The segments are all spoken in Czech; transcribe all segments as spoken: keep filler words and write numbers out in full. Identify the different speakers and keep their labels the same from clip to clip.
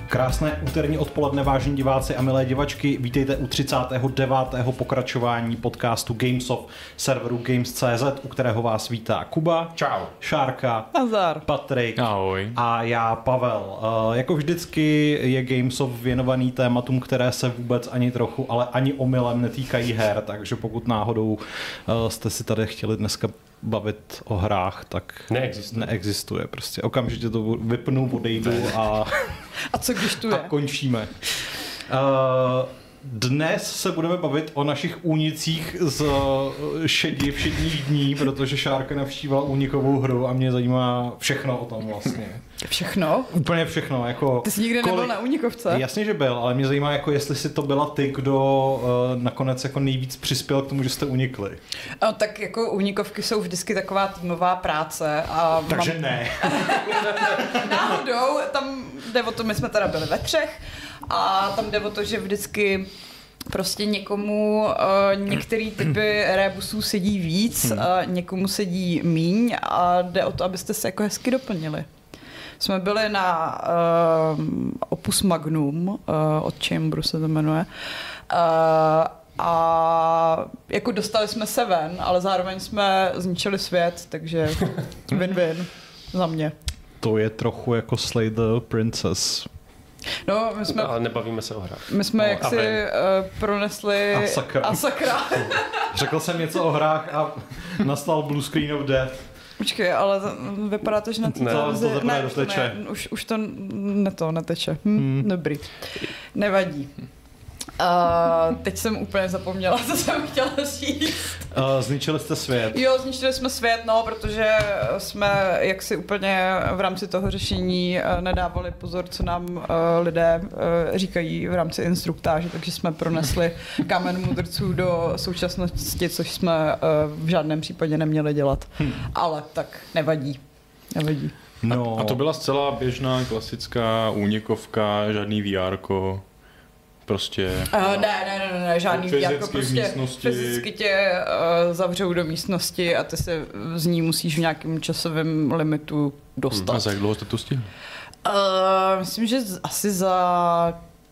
Speaker 1: Krásné úterní odpoledne, vážení diváci a milé divačky. Vítejte u třicátého devátého pokračování podcastu Gamesoft serveru Games tečka cé zet, u kterého vás vítá Kuba.
Speaker 2: Čau.
Speaker 1: Šárka.
Speaker 3: Nazar.
Speaker 1: Patrik.
Speaker 2: Ahoj.
Speaker 1: A já Pavel. Uh, jako vždycky je Gamesoft věnovaný tématům, které se vůbec ani trochu, ale ani omylem netýkají her, takže pokud náhodou uh, jste si tady chtěli dneska bavit o hrách, tak
Speaker 2: neexistuje.
Speaker 1: neexistuje. Prostě okamžitě to vypnu, odejdu a,
Speaker 3: a co když tu je?
Speaker 1: A končíme. Uh, dnes se budeme bavit o našich únicích z šedi, všedních dní, protože Šárka navštívala únikovou hru a mě zajímá všechno o tom vlastně.
Speaker 3: Všechno?
Speaker 1: Úplně všechno. Jako
Speaker 3: ty jsi nikdy kolik... nebyl na únikovce?
Speaker 1: Jasně, že byl, ale mě zajímá, jako jestli si to byla ty, kdo uh, nakonec jako nejvíc přispěl k tomu, že jste unikli.
Speaker 3: No, tak jako únikovky jsou vždycky taková týmová práce. A
Speaker 1: Takže
Speaker 3: mám...
Speaker 1: ne.
Speaker 3: Náhodou, tam jde o to, my jsme teda byli ve třech a tam jde o to, že vždycky prostě někomu uh, některý typy rébusů sedí víc, hmm. a někomu sedí míň a jde o to, abyste se jako hezky doplnili. Jsme byli na uh, Opus Magnum, uh, od Chamberu se to jmenuje, uh, a jako dostali jsme se ven, ale zároveň jsme zničili svět, takže win-win za mě.
Speaker 1: To je trochu jako Slay the Princess.
Speaker 3: No, my jsme,
Speaker 2: ale nebavíme se o hrách.
Speaker 3: My jsme no, jaksi uh, pronesli
Speaker 1: a sakra.
Speaker 3: A sakra.
Speaker 1: Řekl jsem něco o hrách a nastal blue screen of death.
Speaker 3: Počkej, ale to, vypadá to, že na té
Speaker 1: televizi... Ne, to ne, už to
Speaker 3: ne, už, už to ne to neteče. Hm, hmm. Dobrý. Nevadí. Uh, teď jsem úplně zapomněla, co jsem chtěla říct.
Speaker 1: Uh, zničili jste svět.
Speaker 3: Jo, zničili jsme svět, no, protože jsme jaksi úplně v rámci toho řešení uh, nedávali pozor, co nám uh, lidé uh, říkají v rámci instruktáže, takže jsme pronesli kámen mudrců do současnosti, což jsme uh, v žádném případě neměli dělat. Hmm. Ale tak nevadí. Nevadí.
Speaker 4: No. A, a to byla zcela běžná, klasická únikovka, žádný vé érko. Prostě...
Speaker 3: Uh, ne, ne, ne, ne, žádný
Speaker 4: fyzicky
Speaker 3: jako prostě
Speaker 4: místnosti.
Speaker 3: Fyzicky tě uh, zavřou do místnosti a ty se z ní musíš v nějakém časovém limitu dostat.
Speaker 4: Hmm, a za jak dlouho jste to stihl?
Speaker 3: Uh, myslím, že z, asi za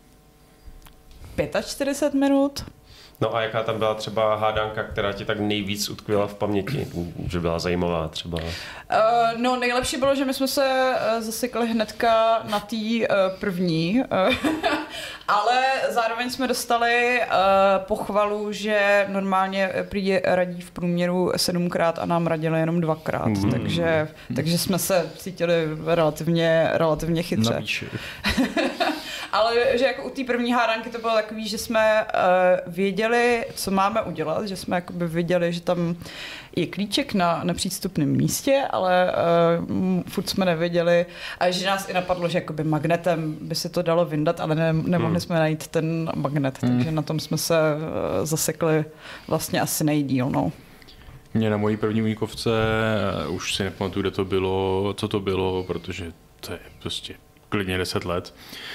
Speaker 3: čtyřicet pět minut.
Speaker 2: No a jaká tam byla třeba hádanka, která ti tak nejvíc utkvěla v paměti? Že byla zajímavá třeba?
Speaker 3: Uh, no nejlepší bylo, že my jsme se uh, zasekli hnedka na té uh, první, uh, ale zároveň jsme dostali uh, pochvalu, že normálně prý radí v průměru sedmkrát a nám radili jenom dvakrát, mm. takže, takže jsme se cítili relativně, relativně chytře.
Speaker 1: Na výši.
Speaker 3: Ale že jako u té první hádanky to bylo takový, že jsme uh, věděli, co máme udělat, že jsme jakoby věděli, že tam je klíček na nepřístupném místě, ale uh, furt jsme nevěděli a že nás i napadlo, že jakoby magnetem by se to dalo vyndat, ale ne, nemohli hmm. jsme najít ten magnet, hmm. takže na tom jsme se uh, zasekli vlastně asi nejdýl, no.
Speaker 4: Mě na mojí první únikovce, uh, už si nepamatuju, kde to bylo, co to bylo, protože to je prostě klidně deset let.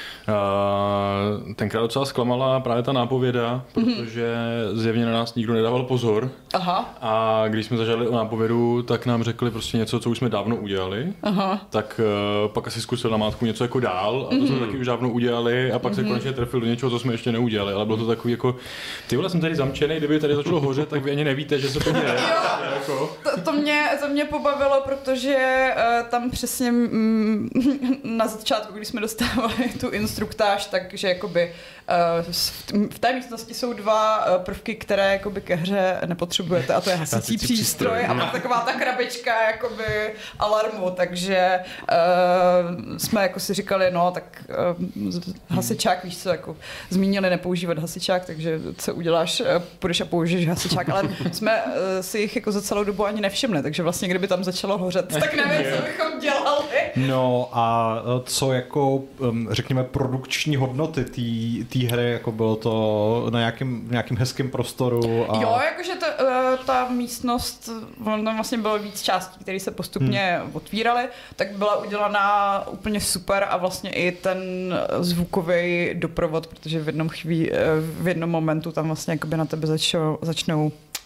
Speaker 4: Uh, tenkrát docela zklamala právě ta nápověda, protože zjevně na nás nikdo nedával pozor.
Speaker 3: Aha.
Speaker 4: A když jsme zažali o nápovědu, tak nám řekli prostě něco, co už jsme dávno udělali. Aha. Tak uh, pak asi zkusil na mátku něco jako dál a to mm-hmm. jsme taky už dávno udělali a pak mm-hmm. se konečně trefil do něčeho, co jsme ještě neudělali, ale bylo to takový jako ty vole, jsem tady zamčený, kdyby tady začalo hořet, tak vy ani nevíte, že se to děje.
Speaker 3: Jako. To, to, mě, to mě pobavilo, protože uh, tam přesně mm, na začátku, když jsme dostávali tu instruktáž, takže jakoby uh, v té místnosti jsou dva uh, prvky, které jakoby ke hře nepotřebujete a to je hasicí přístroj a pak taková ta krabička jakoby alarmu, takže uh, jsme jako si říkali, no tak uh, hasičák, víš co, jako zmínili nepoužívat hasičák, takže co uděláš, uh, půjdeš a použiješ hasičák, ale jsme uh, si jich jako za celou dobu ani nevšimli, takže vlastně kdyby tam začalo hořet, tak nevím, co bychom dělali.
Speaker 1: No a co jako, řekněme, produkční hodnoty té hry, jako bylo to na nějakým, nějakým hezkým prostoru? A...
Speaker 3: Jo, jakože ta, ta místnost, tam vlastně bylo víc částí, které se postupně hmm. otvíraly, tak byla udělaná úplně super a vlastně i ten zvukový doprovod, protože v jednom chví, v jednom momentu tam vlastně jakoby na tebe začnou, začnou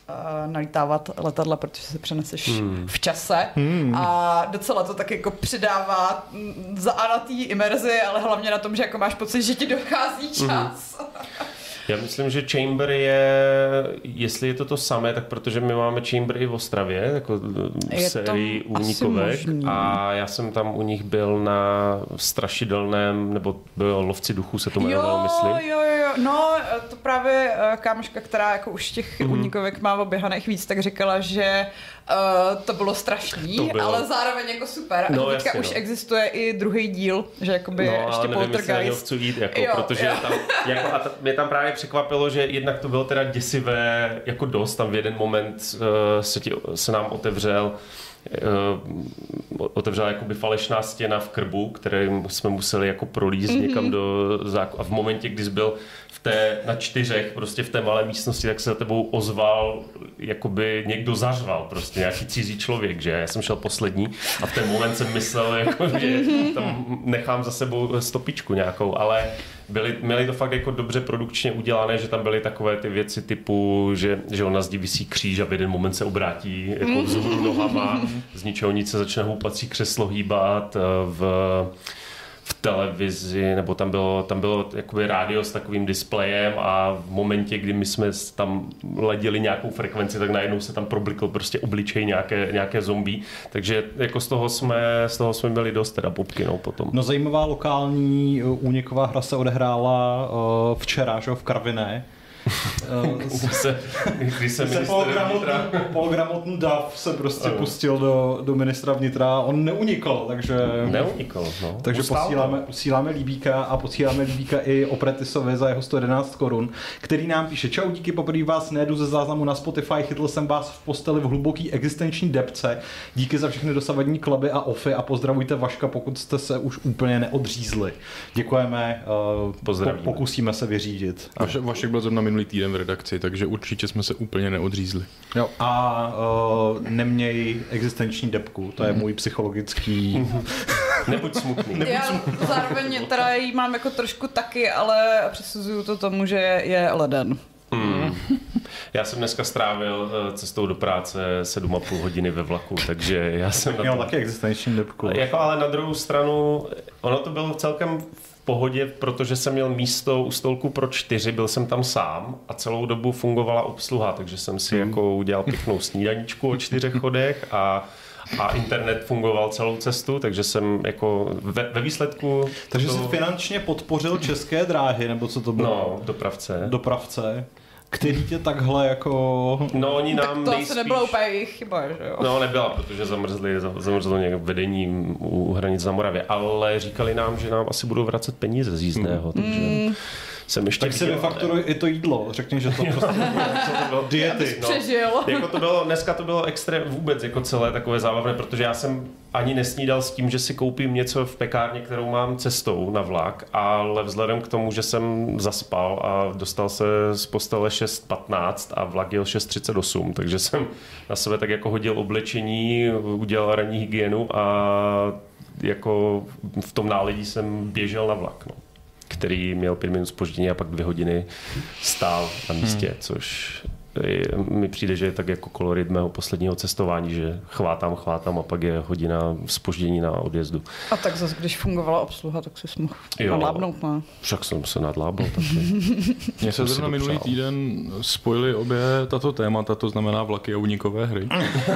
Speaker 3: uh, nalítávat letadla, protože se přeneseš
Speaker 2: Hmm.
Speaker 3: v čase
Speaker 1: Hmm.
Speaker 3: a docela to tak jako přidává mm, za a na té imerzi, ale hlavně na tom, že jako máš pocit, že ti dochází čas.
Speaker 2: Hmm. Já myslím, že Chamber je, jestli je to to samé, tak protože my máme Chamber i v Ostravě, jako v
Speaker 3: Je to
Speaker 2: sérii
Speaker 3: asi
Speaker 2: únikovek
Speaker 3: možný.
Speaker 2: a já jsem tam u nich byl na strašidelném, nebo byl Lovci duchů se to jmenovalo, myslím.
Speaker 3: Jo, jo, jo, no to právě uh, kámoška, která jako už těch
Speaker 2: Mhm.
Speaker 3: mm-hmm. únikovek má oběhaných víc, tak říkala, že uh, to bylo strašný,
Speaker 2: To bylo.
Speaker 3: ale zároveň jako super. A
Speaker 2: No,
Speaker 3: že teďka
Speaker 2: jasně,
Speaker 3: už
Speaker 2: no.
Speaker 3: existuje i druhý díl, že jakoby
Speaker 2: No,
Speaker 3: ještě
Speaker 2: ale nevím, jestli na něho
Speaker 3: Poltergeist.
Speaker 2: chci jít, jako,
Speaker 3: Jo,
Speaker 2: protože
Speaker 3: jo.
Speaker 2: tam, jako, a t- mě tam právě překvapilo, že jednak to bylo teda děsivé jako dost, tam v jeden moment uh, se, ti, se nám otevřel uh, otevřela jakoby falešná stěna v krbu, které jsme museli jako prolízt mm-hmm. někam do záku. A v momentě, kdy jsi byl v té, na čtyřech, prostě v té malé místnosti, tak se za tebou ozval, jakoby někdo zařval, prostě nějaký cizí člověk, že? Já jsem šel poslední a v ten moment jsem myslel, jako, že tam nechám za sebou stopičku nějakou, ale byli, měli to fakt jako dobře produkčně udělané, že tam byly takové ty věci typu, že, že on na zdi visí kříž a v jeden moment se obrátí jako vzhůru nohama, z ničeho nic se začne houpací křeslo hýbat v, v televizi, nebo tam bylo, tam bylo jakoby rádio s takovým displejem a v momentě, kdy my jsme tam ladili nějakou frekvenci, tak najednou se tam problikl prostě obličej nějaké, nějaké zombie, takže jako z toho jsme, z toho jsme měli dost teda popky, no, potom.
Speaker 1: No zajímavá lokální úniková hra se odehrála uh, včera, že, v Karviné.
Speaker 2: Když se, když se
Speaker 1: se pologramotný dav se prostě
Speaker 2: ano.
Speaker 1: pustil do, do ministra vnitra, on neunikl, takže...
Speaker 2: Neunikl, no.
Speaker 1: Takže posíláme, posíláme líbíka a posíláme líbíka i Opretisovi za jeho sto jedenáct korun, který nám píše: čau, díky, poprvé vás nejedu ze záznamu na Spotify, chytl jsem vás v posteli v hluboký existenční depce, díky za všechny dosavadní klaby a offy a pozdravujte Vaška, pokud jste se už úplně neodřízli. Děkujeme, uh, pokusíme se vyřídit.
Speaker 4: Vašek, Vašek byl zrovna minulý týden v redakci, takže určitě jsme se úplně neodřízli.
Speaker 1: Jo. A uh, neměj existenční depku, to je můj psychologický...
Speaker 2: Nebuď smutný. Nebuď
Speaker 3: Já
Speaker 2: smutný.
Speaker 3: zároveň teda jí mám jako trošku taky, ale přisuzuju to tomu, že je leden.
Speaker 2: Hmm. Já jsem dneska strávil cestou do práce sedm a půl hodiny ve vlaku, takže já jsem...
Speaker 1: Měl taky existenční depku.
Speaker 2: Jako, ale na druhou stranu, ono to bylo celkem v pohodě, protože jsem měl místo u stolku pro čtyři, byl jsem tam sám a celou dobu fungovala obsluha, takže jsem si hmm. jako udělal pěknou snídaničku o čtyřech chodech a a internet fungoval celou cestu, takže jsem jako ve, ve výsledku...
Speaker 1: Takže
Speaker 2: bylo...
Speaker 1: jsi finančně podpořil České dráhy, nebo co to bylo?
Speaker 2: No, dopravce.
Speaker 1: Dopravce. Který tě takhle jako...
Speaker 2: No, oni nám
Speaker 3: tak to
Speaker 2: nejspíš...
Speaker 3: asi nebylo úplně jejich chyba, že jo?
Speaker 2: No, nebyla, protože zamrzli, zamrzlo nějaké vedení u hranic na Moravě, ale říkali nám, že nám asi budou vracet peníze z jízdného, mm. takže...
Speaker 3: Mm.
Speaker 2: Jsem ještě
Speaker 1: tak si vyfakturuj i to jídlo, řekni, že to prostě
Speaker 2: to bylo
Speaker 1: diety.
Speaker 3: No, přežil.
Speaker 2: Jako to bylo, dneska to bylo extrém vůbec jako celé takové zábavné, protože já jsem ani nesnídal s tím, že si koupím něco v pekárně, kterou mám cestou na vlak, ale vzhledem k tomu, že jsem zaspal a dostal se z postele šest patnáct a vlak jel šest třicet osm, takže jsem na sebe tak jako hodil oblečení, udělal ranní hygienu a jako v tom náledí jsem běžel na vlak, no, který měl pět minut zpoždění a pak dvě hodiny stál na místě, hmm. což mi přijde, že je tak jako kolorit mého posledního cestování, že chvátám, chvátám a pak je hodina zpoždění na odjezdu.
Speaker 3: A tak zase, když fungovala obsluha, tak si mohl nadlábnout, ne?
Speaker 2: Však jsem se nadlábl.
Speaker 4: Mně se zrovna minulý týden spojili obě tato témata, to znamená vlaky a únikové hry.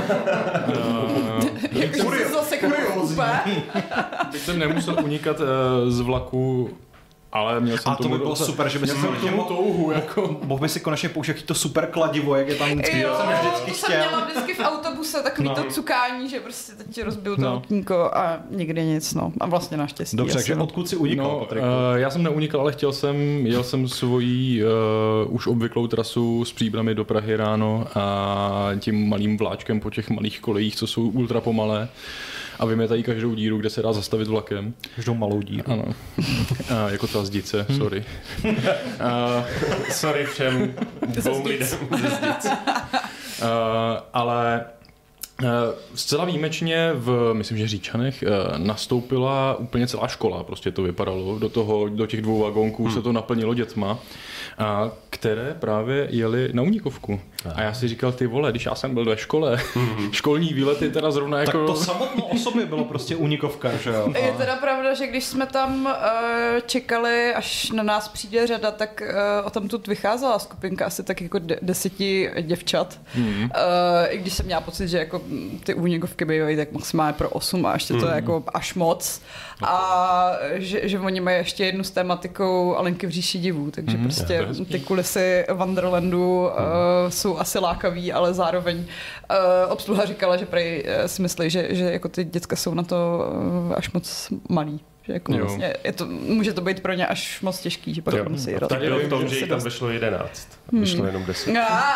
Speaker 3: Jakože jsi zase kuriózní.
Speaker 4: Teď jsem nemusel unikat z vlaku, ale měl jsem
Speaker 1: a to by bylo super, že by si
Speaker 4: tomu touhu, jako.
Speaker 1: Mohl by si konečně použít to super kladivo, jak je tam vždycky.
Speaker 3: Jo,
Speaker 1: jsem vždycky
Speaker 3: to
Speaker 1: chtěl.
Speaker 3: jsem měla vždycky v autobuse takový no. to cukání, že prostě teď ti rozbiju to
Speaker 1: no.
Speaker 3: okýnko a nikdy nic, no. A vlastně naštěstí.
Speaker 1: Dobře, takže
Speaker 3: no.
Speaker 1: odkud si unikal,
Speaker 4: no,
Speaker 1: Patriku?
Speaker 4: Uh, já jsem neunikal, ale chtěl jsem, jel jsem svojí uh, už obvyklou trasu s Příbrami do Prahy ráno a tím malým vláčkem po těch malých kolejích, co jsou ultra pomalé. A vymětají každou díru, kde se dá zastavit vlakem.
Speaker 1: Každou malou díru.
Speaker 4: Ano. A, jako ta zdice, sorry.
Speaker 2: A, sorry všem dvou lidem ze zdic.
Speaker 4: Uh, ale uh, zcela výjimečně v, myslím, že Říčanech uh, nastoupila úplně celá škola, prostě to vypadalo. Do toho, do těch dvou vagónků hmm. se to naplnilo dětma, uh, které právě jeli na únikovku. A já si říkal, ty vole, když já jsem byl ve škole, mm-hmm. školní výlety teda zrovna
Speaker 1: tak
Speaker 4: jako...
Speaker 1: Tak to samotnou o sobě bylo prostě únikovka, že jo?
Speaker 3: Je teda pravda, že když jsme tam uh, čekali, až na nás přijde řada, tak uh, o tam tu vycházela skupinka asi tak jako de- deseti děvčat. Mm-hmm. Uh, I když jsem měla pocit, že jako ty únikovky bývají tak maximálně pro osm a ještě to mm-hmm. je jako až moc. Okay. A že, že oni mají ještě jednu s tématikou Alenky v říši divů, takže mm-hmm. prostě ty kulisy Wonderlandu uh, mm-hmm. jsou asi lákavý, ale zároveň uh, obsluha říkala, že prej uh, si myslí, že, že jako ty děcka jsou na to uh, až moc malý. Že jako vlastně je to, může to být pro ně až moc těžký, že pak musí
Speaker 2: rozhodnout. Tak byl v tom, že jí tam vyšlo jedenáct. Hmm. Vyšlo jenom deset.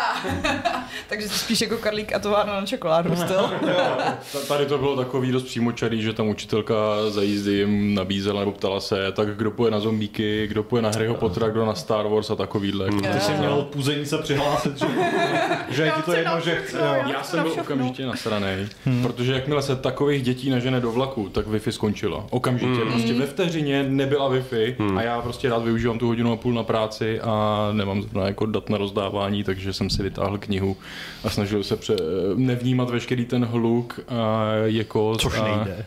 Speaker 3: Takže to spíš jako Karlík a továrna na čokoládu styl.
Speaker 4: Tady to bylo takový dost přímočarý, že tam učitelka za jízdy jim nabízela nebo ptala se, tak kdo půjde na zombíky, kdo půjde na Harryho Pottera, kdo na Star Wars a takovýhle.
Speaker 1: Hmm. Ty jsi měl půzení se přihlásit, že, že je ti to jedno, že chci.
Speaker 4: Já jsem byl okamžitě nasranej, hmm. protože jakmile se takových dětí nažene do vlaku, tak Wi-Fi skončilo. Okamžitě. Hmm. Prostě ve vteřině nebyla Wi-Fi hmm. a já prostě rád využívám tu hodinu a půl na práci a nemám zrovna jako dat na rozdávání, takže jsem si vytáhl knihu a snažil se pře- nevnímat veškerý ten hluk a jako...
Speaker 1: Což
Speaker 4: a,
Speaker 1: nejde.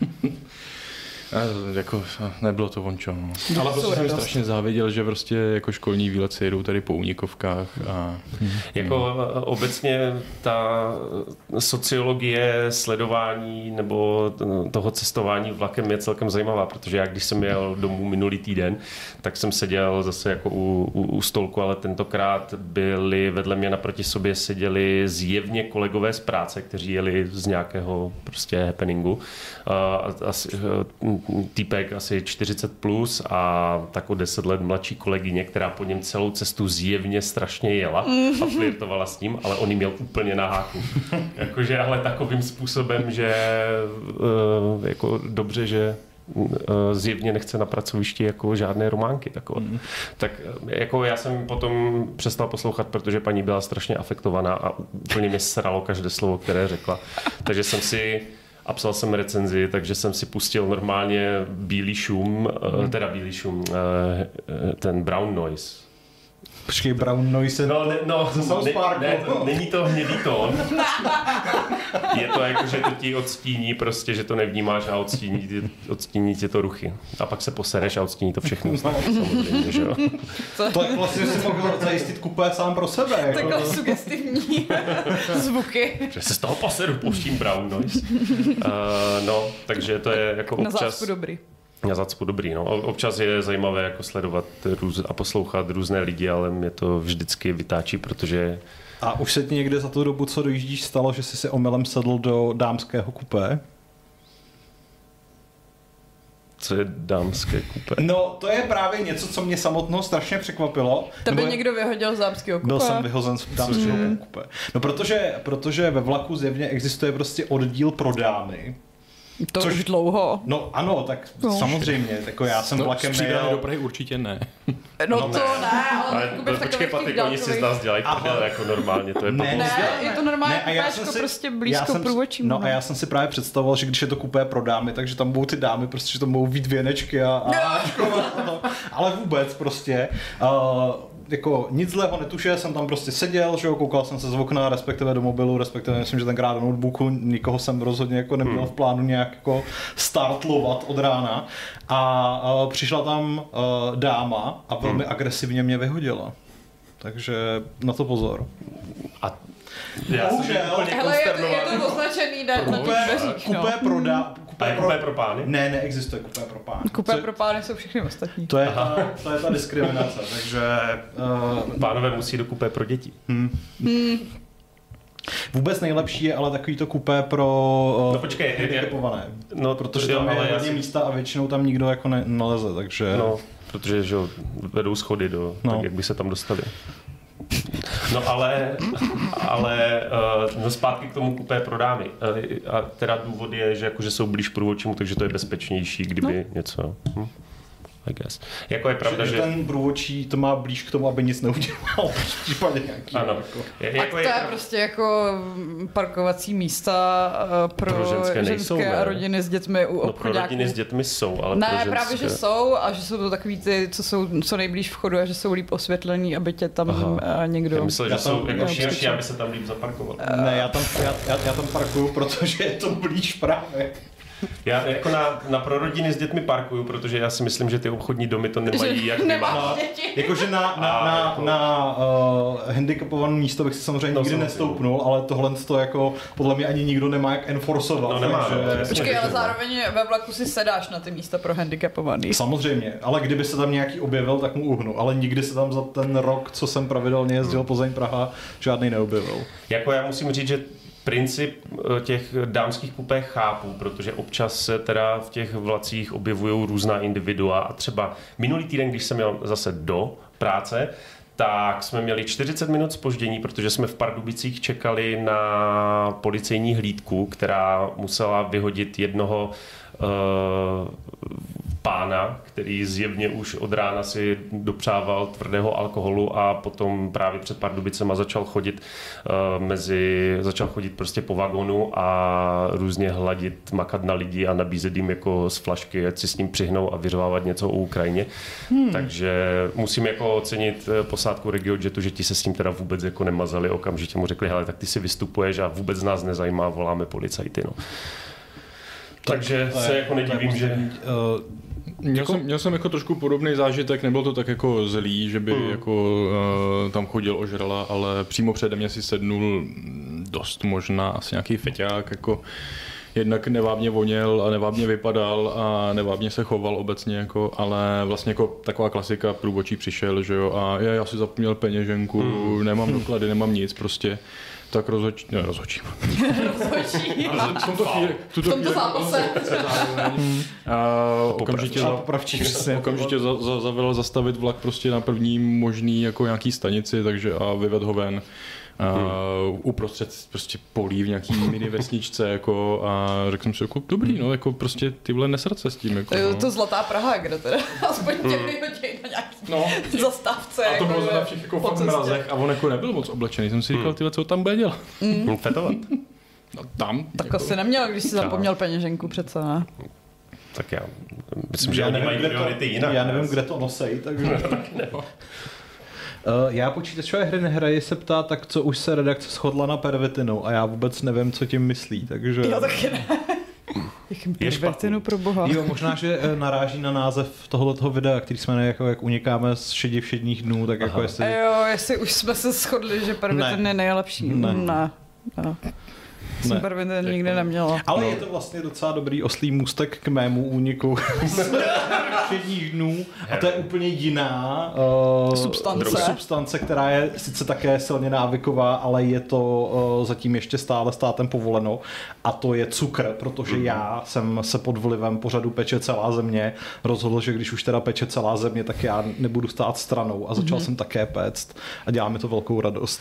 Speaker 4: A, jako, nebylo to vončo, no. Ale prostě jsem strašně záviděl, že prostě jako školní výlet se jedou tady po únikovkách a...
Speaker 2: Jako obecně ta sociologie sledování nebo toho cestování vlakem je celkem zajímavá, protože já když jsem jel domů minulý týden, tak jsem seděl zase jako u, u, u stolku, ale tentokrát byli vedle mě naproti sobě seděli zjevně kolegové z práce, kteří jeli z nějakého prostě happeningu. A, asi, týpek asi čtyřicet plus a tak o deset let mladší kolegyně, která po něm celou cestu zjevně strašně jela a flirtovala s ním, ale on jí měl úplně na háku. Jakože ale takovým způsobem, že uh, jako dobře, že uh, zjevně nechce na pracovišti jako žádné románky takové. Mm. Tak jako já jsem potom přestal poslouchat, protože paní byla strašně afektovaná a úplně mě sralo každé slovo, které řekla. Takže jsem si a psal jsem recenzi, takže jsem si pustil normálně bílý šum, hmm. teda bílý šum, ten brown noise.
Speaker 1: Počkej, brown noise.
Speaker 2: No, ne, no,
Speaker 1: to
Speaker 2: ne, ne, to, není to hnědý tón. Je to jako, že to ti odstíní prostě, že to nevnímáš a odstíní, odstíní ti to ruchy. A pak se posereš a odstíní to všechno. No. Samozřejmě, že jo.
Speaker 1: To je vlastně si mohl zajistit kupé sám pro sebe. Jako.
Speaker 3: Takhle sugestivní zvuky.
Speaker 2: Že se z toho poseru pouštím brown noise. Uh, no, takže to je jako občas...
Speaker 3: Na zácpu dobrý.
Speaker 2: Na zácpu dobrý, no. Občas je zajímavé jako sledovat růz, a poslouchat různé lidi, ale mě to vždycky vytáčí, protože...
Speaker 1: A už se ti někde za tu dobu, co dojíždíš, stalo, že jsi si omylem sedl do dámského kupé?
Speaker 2: Co je dámské kupé?
Speaker 1: No, to je právě něco, co mě samotnou strašně překvapilo.
Speaker 3: Tebe je... někdo vyhodil z dámského kupé?
Speaker 1: Byl jsem vyhozen z dámského mm. kupé. No, protože, protože ve vlaku zjevně existuje prostě oddíl pro dámy.
Speaker 3: To Což, už dlouho.
Speaker 1: No ano, tak no. samozřejmě, jako já jsem no, vlakem nejel.
Speaker 4: do Prahy určitě ne.
Speaker 3: No, no to ne, ne ale, ale
Speaker 2: v počkej, Patrik, oni si z nás dělají prdel jako normálně, to je
Speaker 3: ne, ne, je to normálně kupéčko,
Speaker 1: si,
Speaker 3: prostě blízko průvočím.
Speaker 1: No a já jsem si právě představoval, že když je to kupé pro dámy, takže tam budou ty dámy, prostě, že tam budou vít věnečky a, a no. Ale vůbec prostě. Uh, jako nic zlého netuše, jsem tam prostě seděl, že jo, koukal jsem se z okna, respektive do mobilu, respektive myslím, že tenkrát do notebooku, nikoho jsem rozhodně jako neměl hmm. v plánu nějak jako startlovat od rána a uh, přišla tam uh, dáma a velmi hmm. agresivně mě vyhodila. Takže na to pozor.
Speaker 2: A já jsem úplně
Speaker 3: hele, je, je to označený na, na těch dveřích, no.
Speaker 1: Kupé pro dá,
Speaker 2: kupé a je kupé pro pány?
Speaker 1: Ne, neexistuje kupé pro pány.
Speaker 3: Kupé pro pány jsou všechny ostatní.
Speaker 1: To je, ta, to je ta diskriminace, takže... Uh,
Speaker 2: Pánové musí do kupé pro děti.
Speaker 1: Hmm. Hmm. Vůbec nejlepší je ale takový to kupé pro uh,
Speaker 2: no, počkej,
Speaker 1: handicapované.
Speaker 2: No,
Speaker 1: protože tam je hodně místa a většinou tam nikdo jako ne, naleze, takže...
Speaker 2: No, protože že vedou schody do, no. tak jak by se tam dostali. No ale, ale uh, no zpátky k tomu kupé pro dámy. Uh, a teda důvod je, že jakože jsou blíž průvodčímu, takže to je bezpečnější, kdyby no. něco... Hm? I guess. Jako je pravda, že...
Speaker 1: že... ten průvodčí to má blíž k tomu, aby nic neudělal v případě nějaký.
Speaker 2: Ano.
Speaker 1: Jako.
Speaker 2: Je,
Speaker 3: jako to je, je prostě jako parkovací místa pro, pro ženské, ženské nejsou, a rodiny s dětmi u
Speaker 2: no, pro rodiny s dětmi jsou, ale
Speaker 3: ne,
Speaker 2: pro ženské...
Speaker 3: právě, že jsou a že jsou to takový ty, co jsou co nejblíž vchodu a že jsou líp osvětlený, aby tě tam Aha. někdo...
Speaker 2: Já myslel, že
Speaker 1: já
Speaker 2: jsou
Speaker 1: tam,
Speaker 2: jako širší,
Speaker 1: přečel.
Speaker 2: aby se tam líp zaparkoval.
Speaker 1: Ne, já tam, já, já, já tam parkuju, protože je to blíž právě.
Speaker 2: Já jako na, na pro rodiny s dětmi parkuju, protože já si myslím, že ty obchodní domy to nemají jak
Speaker 3: nemá.
Speaker 1: Jakože na, na, na, jako... na uh, handicapované místo bych si samozřejmě no, nikdy nestoupnul, ale tohle to jako podle mě ani nikdo nemá jak enforcovat.
Speaker 2: No nemá,
Speaker 1: takže...
Speaker 2: no,
Speaker 3: Počkej, ale zároveň ve vlaku si sedáš na ty místa pro handicapovaný.
Speaker 1: Samozřejmě, ale kdyby se tam nějaký objevil, tak mu uhnu, ale nikdy se tam za ten rok, co jsem pravidelně jezdil Plzeň Praha, žádný neobjevil.
Speaker 2: Jako já musím říct, že princip těch dámských kupé chápu, protože občas se teda v těch vlacích objevují různá individua a třeba minulý týden, když jsem měl zase do práce, tak jsme měli čtyřicet minut zpoždění, protože jsme v Pardubicích čekali na policejní hlídku, která musela vyhodit jednoho uh, pána, který zjevně už od rána si dopřával tvrdého alkoholu a potom právě před Pardubicema začal chodit uh, mezi, začal chodit prostě po vagonu a různě hladit, makat na lidi a nabízet jim jako z flašky, ať si s ním přihnou a vyřvávat něco o Ukrajině. Hmm. Takže musím jako ocenit posádku RegioJetu, že ti se s tím teda vůbec jako nemazali, okamžitě mu řekli, hele, tak ty si vystupuješ a vůbec nás nezajímá, voláme policajty, no. Takže
Speaker 1: to
Speaker 2: se
Speaker 1: je,
Speaker 2: jako nedivím, že...
Speaker 1: Uh,
Speaker 4: Měl, jako... jsem, měl jsem jako trošku podobný zážitek, nebyl to tak jako zlý, že by mm. jako uh, tam chodil ožrala, ale přímo přede mě si sednul dost možná asi nějaký feťák, jako jednak nevábně voněl a nevábně vypadal a nevábně se choval obecně, jako, ale vlastně jako taková klasika, průvodčí přišel, že jo, a já, já si zapomněl peněženku, mm. nemám doklady, nemám nic, prostě. Tak rozhoč... Ne, rozhočím.
Speaker 3: Rozhočí.
Speaker 4: V tomto chvíli...
Speaker 3: V tomto zápase.
Speaker 4: Okamžitě, za, okamžitě za, za, zavelel zastavit vlak prostě na první možný jako nějaký stanici, takže a vyvedl ho ven. Uh, uprostřed prostě polí v nějaký mini vesničce jako a řekl jsem si jako dobrý, no jako prostě ty vole nesrat se s tím jako,
Speaker 3: to,
Speaker 4: no.
Speaker 3: to Zlatá Praha, kde teda aspoň tě vyhodí na nějaký
Speaker 4: no.
Speaker 3: zastávce.
Speaker 4: A to
Speaker 3: jako
Speaker 4: bylo na všech jako fakt mrazech a on jako nebyl moc oblečený, jsem si říkal, tyhle, co tam bude dělat.
Speaker 3: Mm.
Speaker 2: Fetovat.
Speaker 4: No tam.
Speaker 3: Tak
Speaker 4: jako...
Speaker 3: asi neměl, když si zapomněl peněženku přece, ne?
Speaker 2: Tak já myslím, že oni mají priority jinak.
Speaker 1: Já nevím, kde to nosej, takže... Uh, já počítačové hry nehraji, se ptá, tak co už se redakce shodla na pervitinu a já vůbec nevím, co tím myslí, takže...
Speaker 3: Já taky ne. Jakým pervertinu pro boha.
Speaker 1: Jo, možná, že naráží na název tohoto videa, který jsme jako jak unikáme z šedi všedních dnů, tak Aha. jako jestli...
Speaker 3: Jo, jestli už jsme se shodli, že pervitin je nejlepší.
Speaker 1: Ne.
Speaker 3: Ne. ne. Jsem pervitin nikdy neměla.
Speaker 1: Ale
Speaker 3: no.
Speaker 1: je to vlastně docela dobrý oslý můstek k mému úniku z všedních dnů. A to je úplně jiná uh,
Speaker 3: substance.
Speaker 1: substance, která je sice také silně návyková, ale je to uh, zatím ještě stále státem povoleno. A to je cukr, protože mm. já jsem se pod vlivem pořadu Peče celá země rozhodl, že když už teda peče celá země, tak já nebudu stát stranou a začal mm. jsem také péct a dělá mi to velkou radost.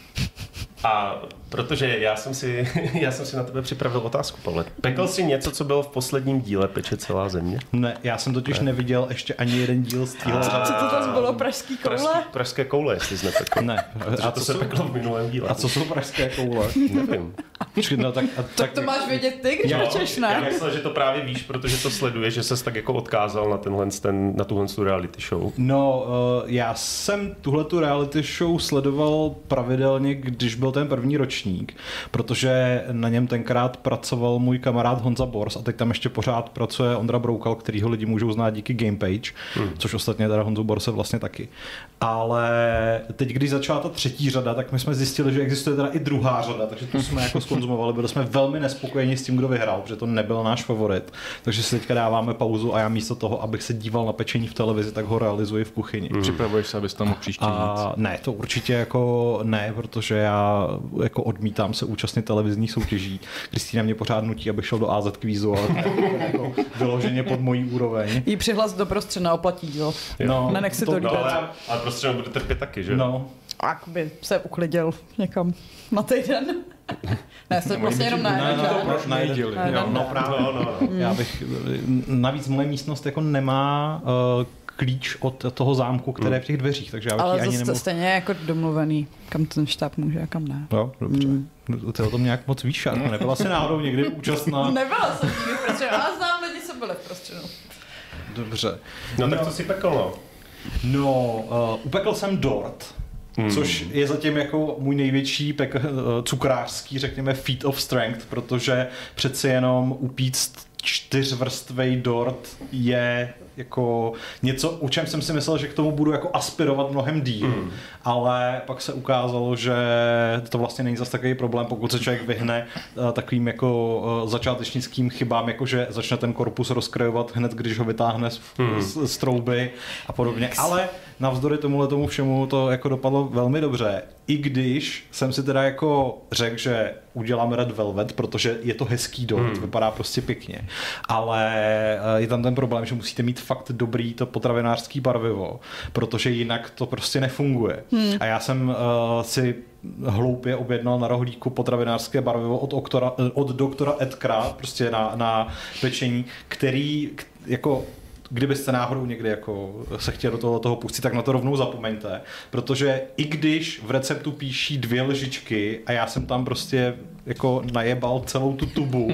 Speaker 2: A protože já jsem si, já jsem si na tebe připravil otázku, Pavle. Pekl jsi něco, co bylo v posledním díle Peče celá země?
Speaker 1: Ne, já jsem totiž ne. neviděl ještě ani jeden díl z téhle.
Speaker 3: Co to tam bylo? Pražský koule?
Speaker 2: Pražský, pražské koule, jestli jsi nepekl.
Speaker 1: Ne.
Speaker 2: A to se jsou... peklo v minulém díle.
Speaker 1: A co jsou pražské koule?
Speaker 2: Nevím.
Speaker 1: No, tak, a,
Speaker 3: tak, tak to máš vědět ty, když pečeš, ne?
Speaker 2: Já myslel, že to právě víš, protože to sleduješ, že ses tak jako odkázal na, tenhle, ten, na tuhle tu reality show.
Speaker 1: No, uh, já jsem tuhletu reality show sledoval pravidelně, když byl ten první ročník, protože na něm tenkrát pracoval můj kamarád Honza Bors a teď tam ještě pořád pracuje Ondra Broukal, kterýho lidi můžou znát díky Gamepage, hmm. což ostatně teda Honzu Borse vlastně taky. Ale teď, když začala ta třetí řada, tak my jsme zjistili, že existuje teda i druhá řada, takže to jsme jako skonzumovali, byli jsme velmi nespokojeni s tím, kdo vyhrál, protože to nebyl náš favorit. Takže si teďka dáváme pauzu a já místo toho, abych se díval na pečení v televizi, tak ho realizuji v kuchyni.
Speaker 4: Hmm. Připravuješ se, abys tam mohl příště
Speaker 1: a ne, to určitě jako ne, protože já jako odmítám se účastnit televizních soutěží. Kristýna mě pořád nutí, abych šel do á zet kvízu, ale to je jako vyloženě pod mojí úroveň.
Speaker 3: Jí přihlas do prostředna oplatí, jo.
Speaker 1: No,
Speaker 3: nenech si to, to líbit.
Speaker 2: No, ale, ale prostředna bude trpět taky, že?
Speaker 1: No.
Speaker 3: a jakoby se uklidil někam na týden. Ne, to vlastně jenom na jeden.
Speaker 4: Proč nejdíli?
Speaker 1: No právě, no, no, no. Já bych, navíc moje místnost jako nemá uh, klíč od toho zámku, které je v těch dveřích, takže já bych
Speaker 3: ale
Speaker 1: ani nemohl...
Speaker 3: Ale stejně jako domluvený, kam ten štáb může a kam ne.
Speaker 1: Jo, dobře. Mm. Ty o tom nějak moc víš, Šárko, nebyla jsi náhodou někdy účastná?
Speaker 3: Nebyla jsem nikdy v prostředu, ale znám lidi, co byli v prostředu.
Speaker 1: Dobře.
Speaker 2: No, no tak co si pekl, no?
Speaker 1: No, uh, upekl jsem dort, hmm. což je zatím jako můj největší pek, uh, cukrářský, řekněme, feat of strength, protože přeci jenom upíct čtyřvrstvej dort je jako něco, o čem jsem si myslel, že k tomu budu jako aspirovat mnohem díl, mm. ale pak se ukázalo, že to vlastně není zas takový problém, pokud se člověk vyhne uh, takovým jako uh, začátečnickým chybám, jako že začne ten korpus rozkrajovat hned, když ho vytáhne z, mm. z, z trouby a podobně, ale navzdory tomuhle tomu všemu to jako dopadlo velmi dobře, i když jsem si teda jako řekl, že udělám Red Velvet, protože je to hezký dort, mm. vypadá prostě pěkně, ale uh, je tam ten problém, že musíte mít fakt dobrý to potravinářský barvivo, protože jinak to prostě nefunguje. Hmm. A já jsem uh, si hloupě objednal na rohlíku potravinářské barvivo od, oktora, od doktora Edkra, prostě na, na pečení, který k, jako kdybyste náhodou někdy jako se chtěli do toho, toho pustit, tak na to rovnou zapomeňte, protože i když v receptu píší dvě lžičky a já jsem tam prostě jako najebal celou tu tubu,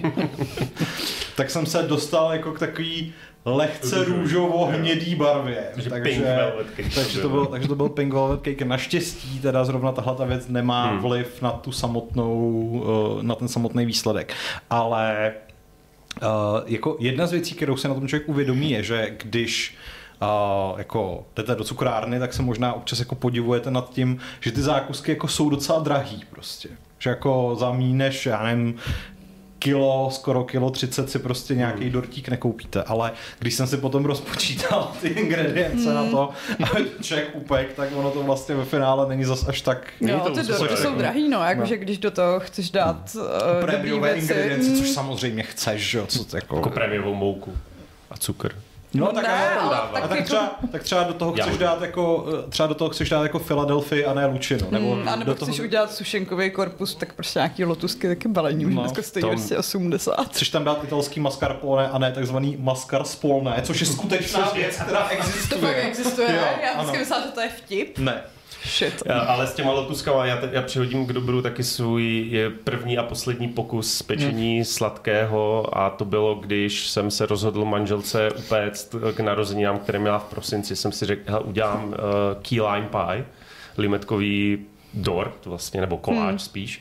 Speaker 1: tak jsem se dostal jako k takový lehce růžovo-hnědý barvě.
Speaker 2: Takže,
Speaker 1: takže, takže, to byl, takže to byl Pink Velvet Cake. Naštěstí teda zrovna tahle ta věc nemá hmm. vliv na tu samotnou, na ten samotný výsledek. Ale uh, jako jedna z věcí, kterou se na tom člověk uvědomí, je, že když Uh, jako jdete do cukrárny, tak se možná občas jako podivujete nad tím, že ty zákusky jako jsou docela drahý prostě. Že jako za míň než, já nevím, kilo, skoro kilo třicet si prostě nějaký hmm. dortík nekoupíte, ale když jsem si potom rozpočítal ty ingredience hmm. na to, aby člověk upek, tak ono to vlastně ve finále není zas až tak...
Speaker 3: Jo, to ty dorty jsou drahý, no, jakože no. když do toho chceš dát uh,
Speaker 1: prémiové ingredience, hmm. což samozřejmě chceš, jo, co to jako...
Speaker 2: Jako prémiovou mouku a cukr.
Speaker 1: No, no tak, ne, ale, tak, a tak, jako... třeba, tak třeba do toho chceš dát jako třeba do toho chceš dát jako Philadelphia a ne Lučino, nebo
Speaker 3: mm, a nebo chceš toho... udělat sušenkový korpus, tak prostě nějaký lotusky taky balení, no, dneska stojí dvě osmdesát.
Speaker 1: Chceš tam dát italský mascarpone a ne takzvaný mascarpone, což je skutečná věc, která existuje.
Speaker 3: To fakt existuje, jo, já vždycky myslím, že to je vtip.
Speaker 1: Ne.
Speaker 3: Shit.
Speaker 2: Já, ale s těma lotuskama já, já přihodím k dobru taky svůj je první a poslední pokus pečení hmm. sladkého a to bylo, když jsem se rozhodl manželce upéct k narozeninám, které měla v prosinci. Jsem si řekl, hele, udělám uh, key lime pie, limetkový dort vlastně, nebo koláč hmm. spíš.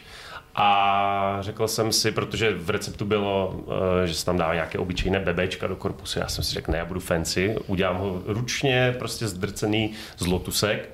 Speaker 2: A řekl jsem si, protože v receptu bylo, že se tam dává nějaké obyčejné bebečka do korpusu, já jsem si řekl, ne, já budu fancy, udělám ho ručně, prostě zdrcený z lotusek.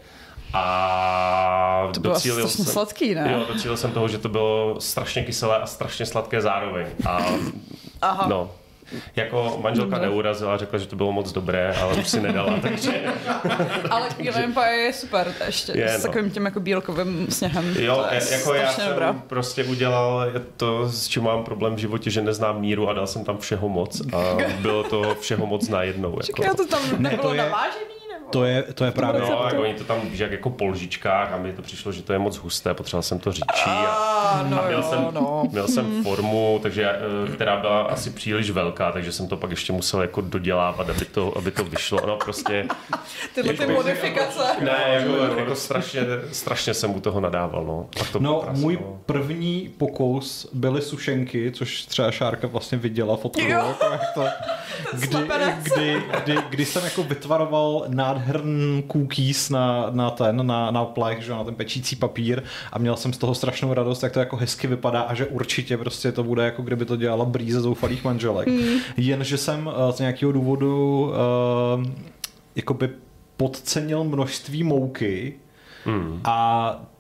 Speaker 2: A
Speaker 3: to bylo
Speaker 2: docílil
Speaker 3: strašně
Speaker 2: jsem,
Speaker 3: sladký, ne?
Speaker 2: Jo, docílil jsem toho, že to bylo strašně kyselé a strašně sladké zároveň. A
Speaker 3: Aha.
Speaker 2: No, jako manželka no. neurazila, řekla, že to bylo moc dobré, ale už si nedala, takže...
Speaker 3: Ale key lime pie je super, ještě je, s takovým tím jako bílkovým sněhem.
Speaker 2: Jo, je jako já jsem
Speaker 3: dobrá.
Speaker 2: prostě udělal to, s čím mám problém v životě, že neznám míru a dal jsem tam všeho moc a bylo to všeho moc najednou.
Speaker 3: Čekaj, jako. to tam nebylo
Speaker 1: ne, to je...
Speaker 3: navážený?
Speaker 1: To je, to je právě...
Speaker 2: No, jako oni to tam víš, jak jako po lžičkách a mi to přišlo, že to je moc husté, potřeboval jsem to říčí a,
Speaker 3: a, no
Speaker 2: a měl,
Speaker 3: jo,
Speaker 2: jsem,
Speaker 3: no.
Speaker 2: měl jsem formu, takže, která byla asi příliš velká, takže jsem to pak ještě musel jako dodělávat, aby to, aby to vyšlo. No prostě...
Speaker 3: Tyhle ty modifikace.
Speaker 2: Ne, jako, jako strašně, strašně jsem u toho nadával, no. To
Speaker 1: no, prasno. Můj první pokus byly sušenky, což třeba Šárka vlastně viděla fotku. Jako to, kdy, kdy, kdy, kdy jsem jako vytvaroval nádherný cookies na, na ten, na, na plech, že, na ten pečící papír a měl jsem z toho strašnou radost, jak to jako hezky vypadá a že určitě prostě to bude jako kdyby to dělala brýze zoufalých manželek. Mm. Jenže jsem uh, z nějakého důvodu uh, jakoby podcenil množství mouky mm. a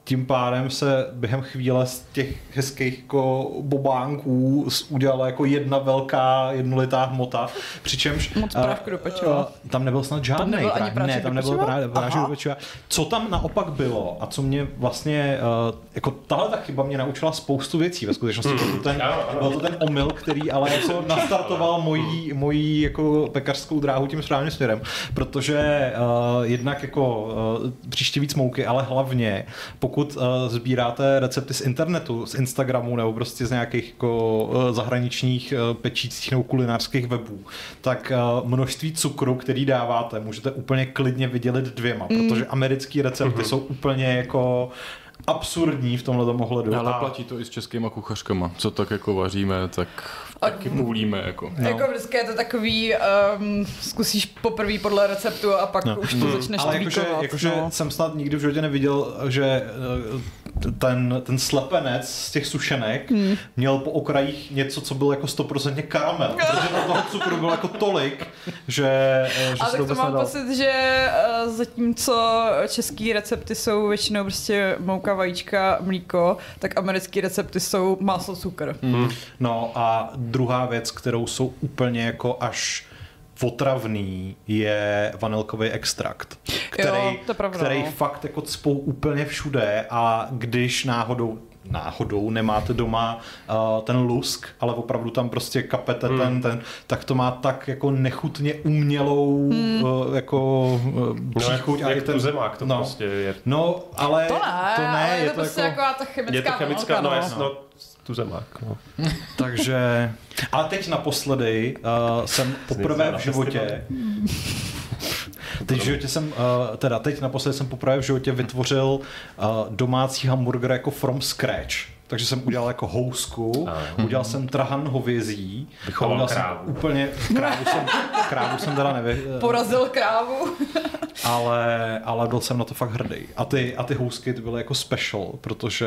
Speaker 1: tím pádem se během chvíle z těch hezkých jako bobánků udělala jako jedna velká jednolitá hmota, přičemž
Speaker 3: moc prášku do pečiva.
Speaker 1: Tam nebyl snad žádný.
Speaker 3: Tam nebyl ani prášek
Speaker 1: ne, tam
Speaker 3: do
Speaker 1: nebyl
Speaker 3: pečiva?
Speaker 1: prášek do pečiva. Co tam naopak bylo a co mě vlastně, uh, jako tahle ta chyba mě naučila spoustu věcí ve skutečnosti. Byl to ten, byl to ten omyl, který ale jako nastartoval mojí, mojí jako pekařskou dráhu tím správným směrem, protože uh, jednak jako uh, příště víc mouky, ale hlavně pokud uh, sbíráte recepty z internetu, z Instagramu nebo prostě z nějakých jako uh, zahraničních uh, pečících nebo kulinářských webů, tak uh, množství cukru, který dáváte, můžete úplně klidně vydělit dvěma, mm. protože americký recepty mm-hmm. jsou úplně jako absurdní v tomhle ohledu.
Speaker 4: Ale platí to i s českýma kuchařkama. Co tak jako vaříme, tak taky půlíme. Jako.
Speaker 3: No. Jako vždycky je to takový, um, zkusíš poprvé podle receptu a pak no. už to začneš
Speaker 1: ale jakože, jakože no. jsem snad nikdy v životě neviděl, že ten, ten slepenec z těch sušenek hmm. měl po okrajích něco, co bylo jako sto procent karamel. Protože tam toho cukru bylo jako tolik, že, že
Speaker 3: ale
Speaker 1: se
Speaker 3: to
Speaker 1: to
Speaker 3: mám
Speaker 1: nedal.
Speaker 3: pocit, že zatímco český recepty jsou většinou prostě mouka, vajíčka, mlíko, tak americký recepty jsou máslo, cukr.
Speaker 1: Hmm. No a druhá věc, kterou jsou úplně jako až otravný, je vanilkový extrakt, který,
Speaker 3: jo, to pravda,
Speaker 1: který
Speaker 3: no.
Speaker 1: fakt jako cpou úplně všude a když náhodou náhodou nemáte doma uh, ten lusk, ale opravdu tam prostě kapete hmm. ten, ten, tak to má tak jako nechutně umělou hmm. uh, jako uh, příchuť.
Speaker 2: No, jak, jak ten zemák to
Speaker 1: no.
Speaker 2: prostě je.
Speaker 1: No, ale
Speaker 3: to ne,
Speaker 1: to ne
Speaker 3: je,
Speaker 1: je
Speaker 3: to,
Speaker 1: to
Speaker 3: prostě
Speaker 1: jako...
Speaker 3: jako ta chemická
Speaker 2: je to chemická,
Speaker 3: vanilka,
Speaker 2: no,
Speaker 3: no.
Speaker 2: jasno, tu zemák, no.
Speaker 1: Takže, ale teď naposledy uh, jsem poprvé v životě Teď v životě jsem, uh, teda teď naposledy jsem poprvé v životě vytvořil uh, domácí hamburger jako from scratch. Takže jsem udělal jako housku, Aha. udělal jsem trhan hovězí,
Speaker 2: vychoval krávu.
Speaker 1: Jsem úplně, krávu jsem, krávu jsem teda nevy...
Speaker 3: Porazil krávu.
Speaker 1: ale, ale byl jsem na to fakt hrdý. A ty, a ty housky ty byly jako special, protože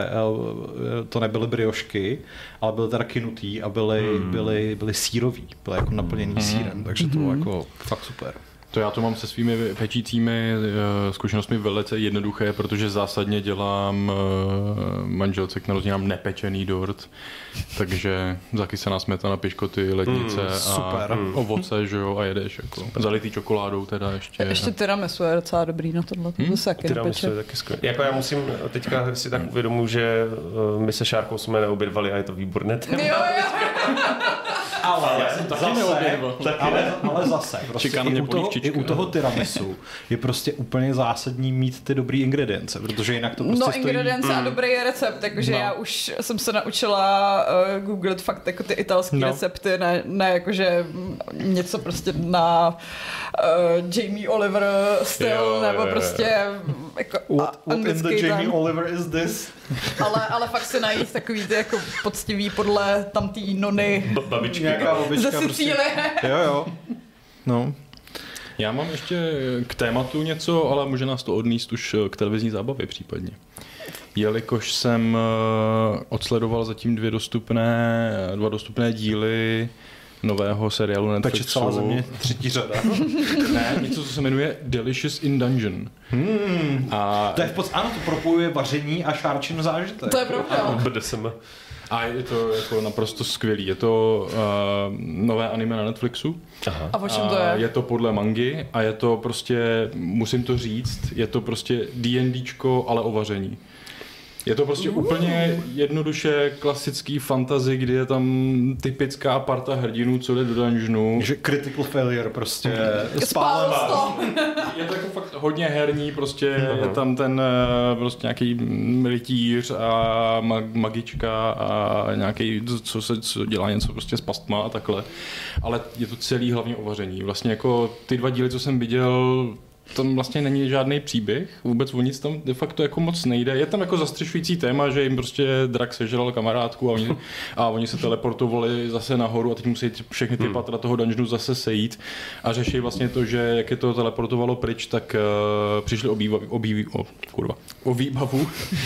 Speaker 1: uh, to nebyly briošky, ale byly teda kynutý a byly, hmm. byly, byly sírový, byly jako naplněný hmm. sírem, takže to bylo jako fakt super.
Speaker 4: To já to mám se svými pečícími zkušenostmi velice jednoduché, protože zásadně dělám manželce k narozeninám nepečený dort, takže zakysaná smetana, piškoty, lednice mm,
Speaker 1: super.
Speaker 4: a ovoce, že jo, a jedeš jako zalitý čokoládou teda ještě.
Speaker 3: Ještě tiramisu je docela dobrý na tohle, to se taky
Speaker 2: tiramisu je taky skvělé. Jako já musím, teďka si tak uvědomuji, že my se Šárkou jsme neobědvali a je to výborné téma.
Speaker 3: Jo, jo.
Speaker 1: Ale,
Speaker 4: já jsem taky
Speaker 1: zase,
Speaker 4: neobědval.
Speaker 1: ale, ale zase, prostě
Speaker 4: Čeká na mě
Speaker 1: i, u toho,
Speaker 4: polívčička.
Speaker 1: i u toho tiramisu je prostě úplně zásadní mít ty dobrý ingredience, protože jinak to prostě
Speaker 3: no,
Speaker 1: stojí...
Speaker 3: ingredience mm. a dobrý recept, takže no. já už jsem se naučila uh, googlit fakt jako ty italské no. recepty, ne, ne jakože něco prostě na uh, Jamie Oliver styl, jo, nebo jo, jo. prostě jako
Speaker 1: what, what in the Jamie tam. Oliver is this?
Speaker 3: ale, ale fakt se najít takový ty jako poctivý podle tamtý nony
Speaker 2: B- babičky
Speaker 3: ze Sicílie.
Speaker 1: Prostě. Jo, jo. No.
Speaker 4: Já mám ještě k tématu něco, ale může nás to odníst už k televizní zábavě případně. Jelikož jsem odsledoval zatím dvě dostupné, dva dostupné díly nového seriálu Netflixu.
Speaker 1: Takže celá země třetí řada.
Speaker 4: Ne, něco, co se jmenuje Delicious in Dungeon.
Speaker 1: Hmm. A... To je v podstatě, ano, to propojuje vaření a šárčin zážitek.
Speaker 3: To je pravda.
Speaker 2: B D S M.
Speaker 4: A je to jako naprosto skvělý. Je to uh, nové anime na Netflixu.
Speaker 3: Aha. A o čem to je?
Speaker 4: Je to podle mangy a je to prostě, musím to říct, je to prostě D&Dčko, ale o vaření. Je to prostě uh. úplně jednoduše klasický fantasy, kdy je tam typická parta hrdinů, co jde do dungeonu.
Speaker 1: Že critical failure prostě
Speaker 3: spálená.
Speaker 4: Je to jako fakt hodně herní, prostě uh-huh. je tam ten prostě nějaký rytíř a magička a nějaký, co se co dělá něco prostě s pastma a takhle. Ale je to celý hlavně o vaření. Vlastně jako ty dva díly, co jsem viděl, tam vlastně není žádný příběh, vůbec o nic tam de facto jako moc nejde. Je tam jako zastřešující téma, že jim prostě drak sežral kamarádku a oni, a oni se teleportovali zase nahoru a teď musí všechny ty patra toho dungeonu zase sejít a řeší vlastně to, že jak je to teleportovalo pryč, tak uh, přišli obýva, obýví, oh, kurva, o výbavu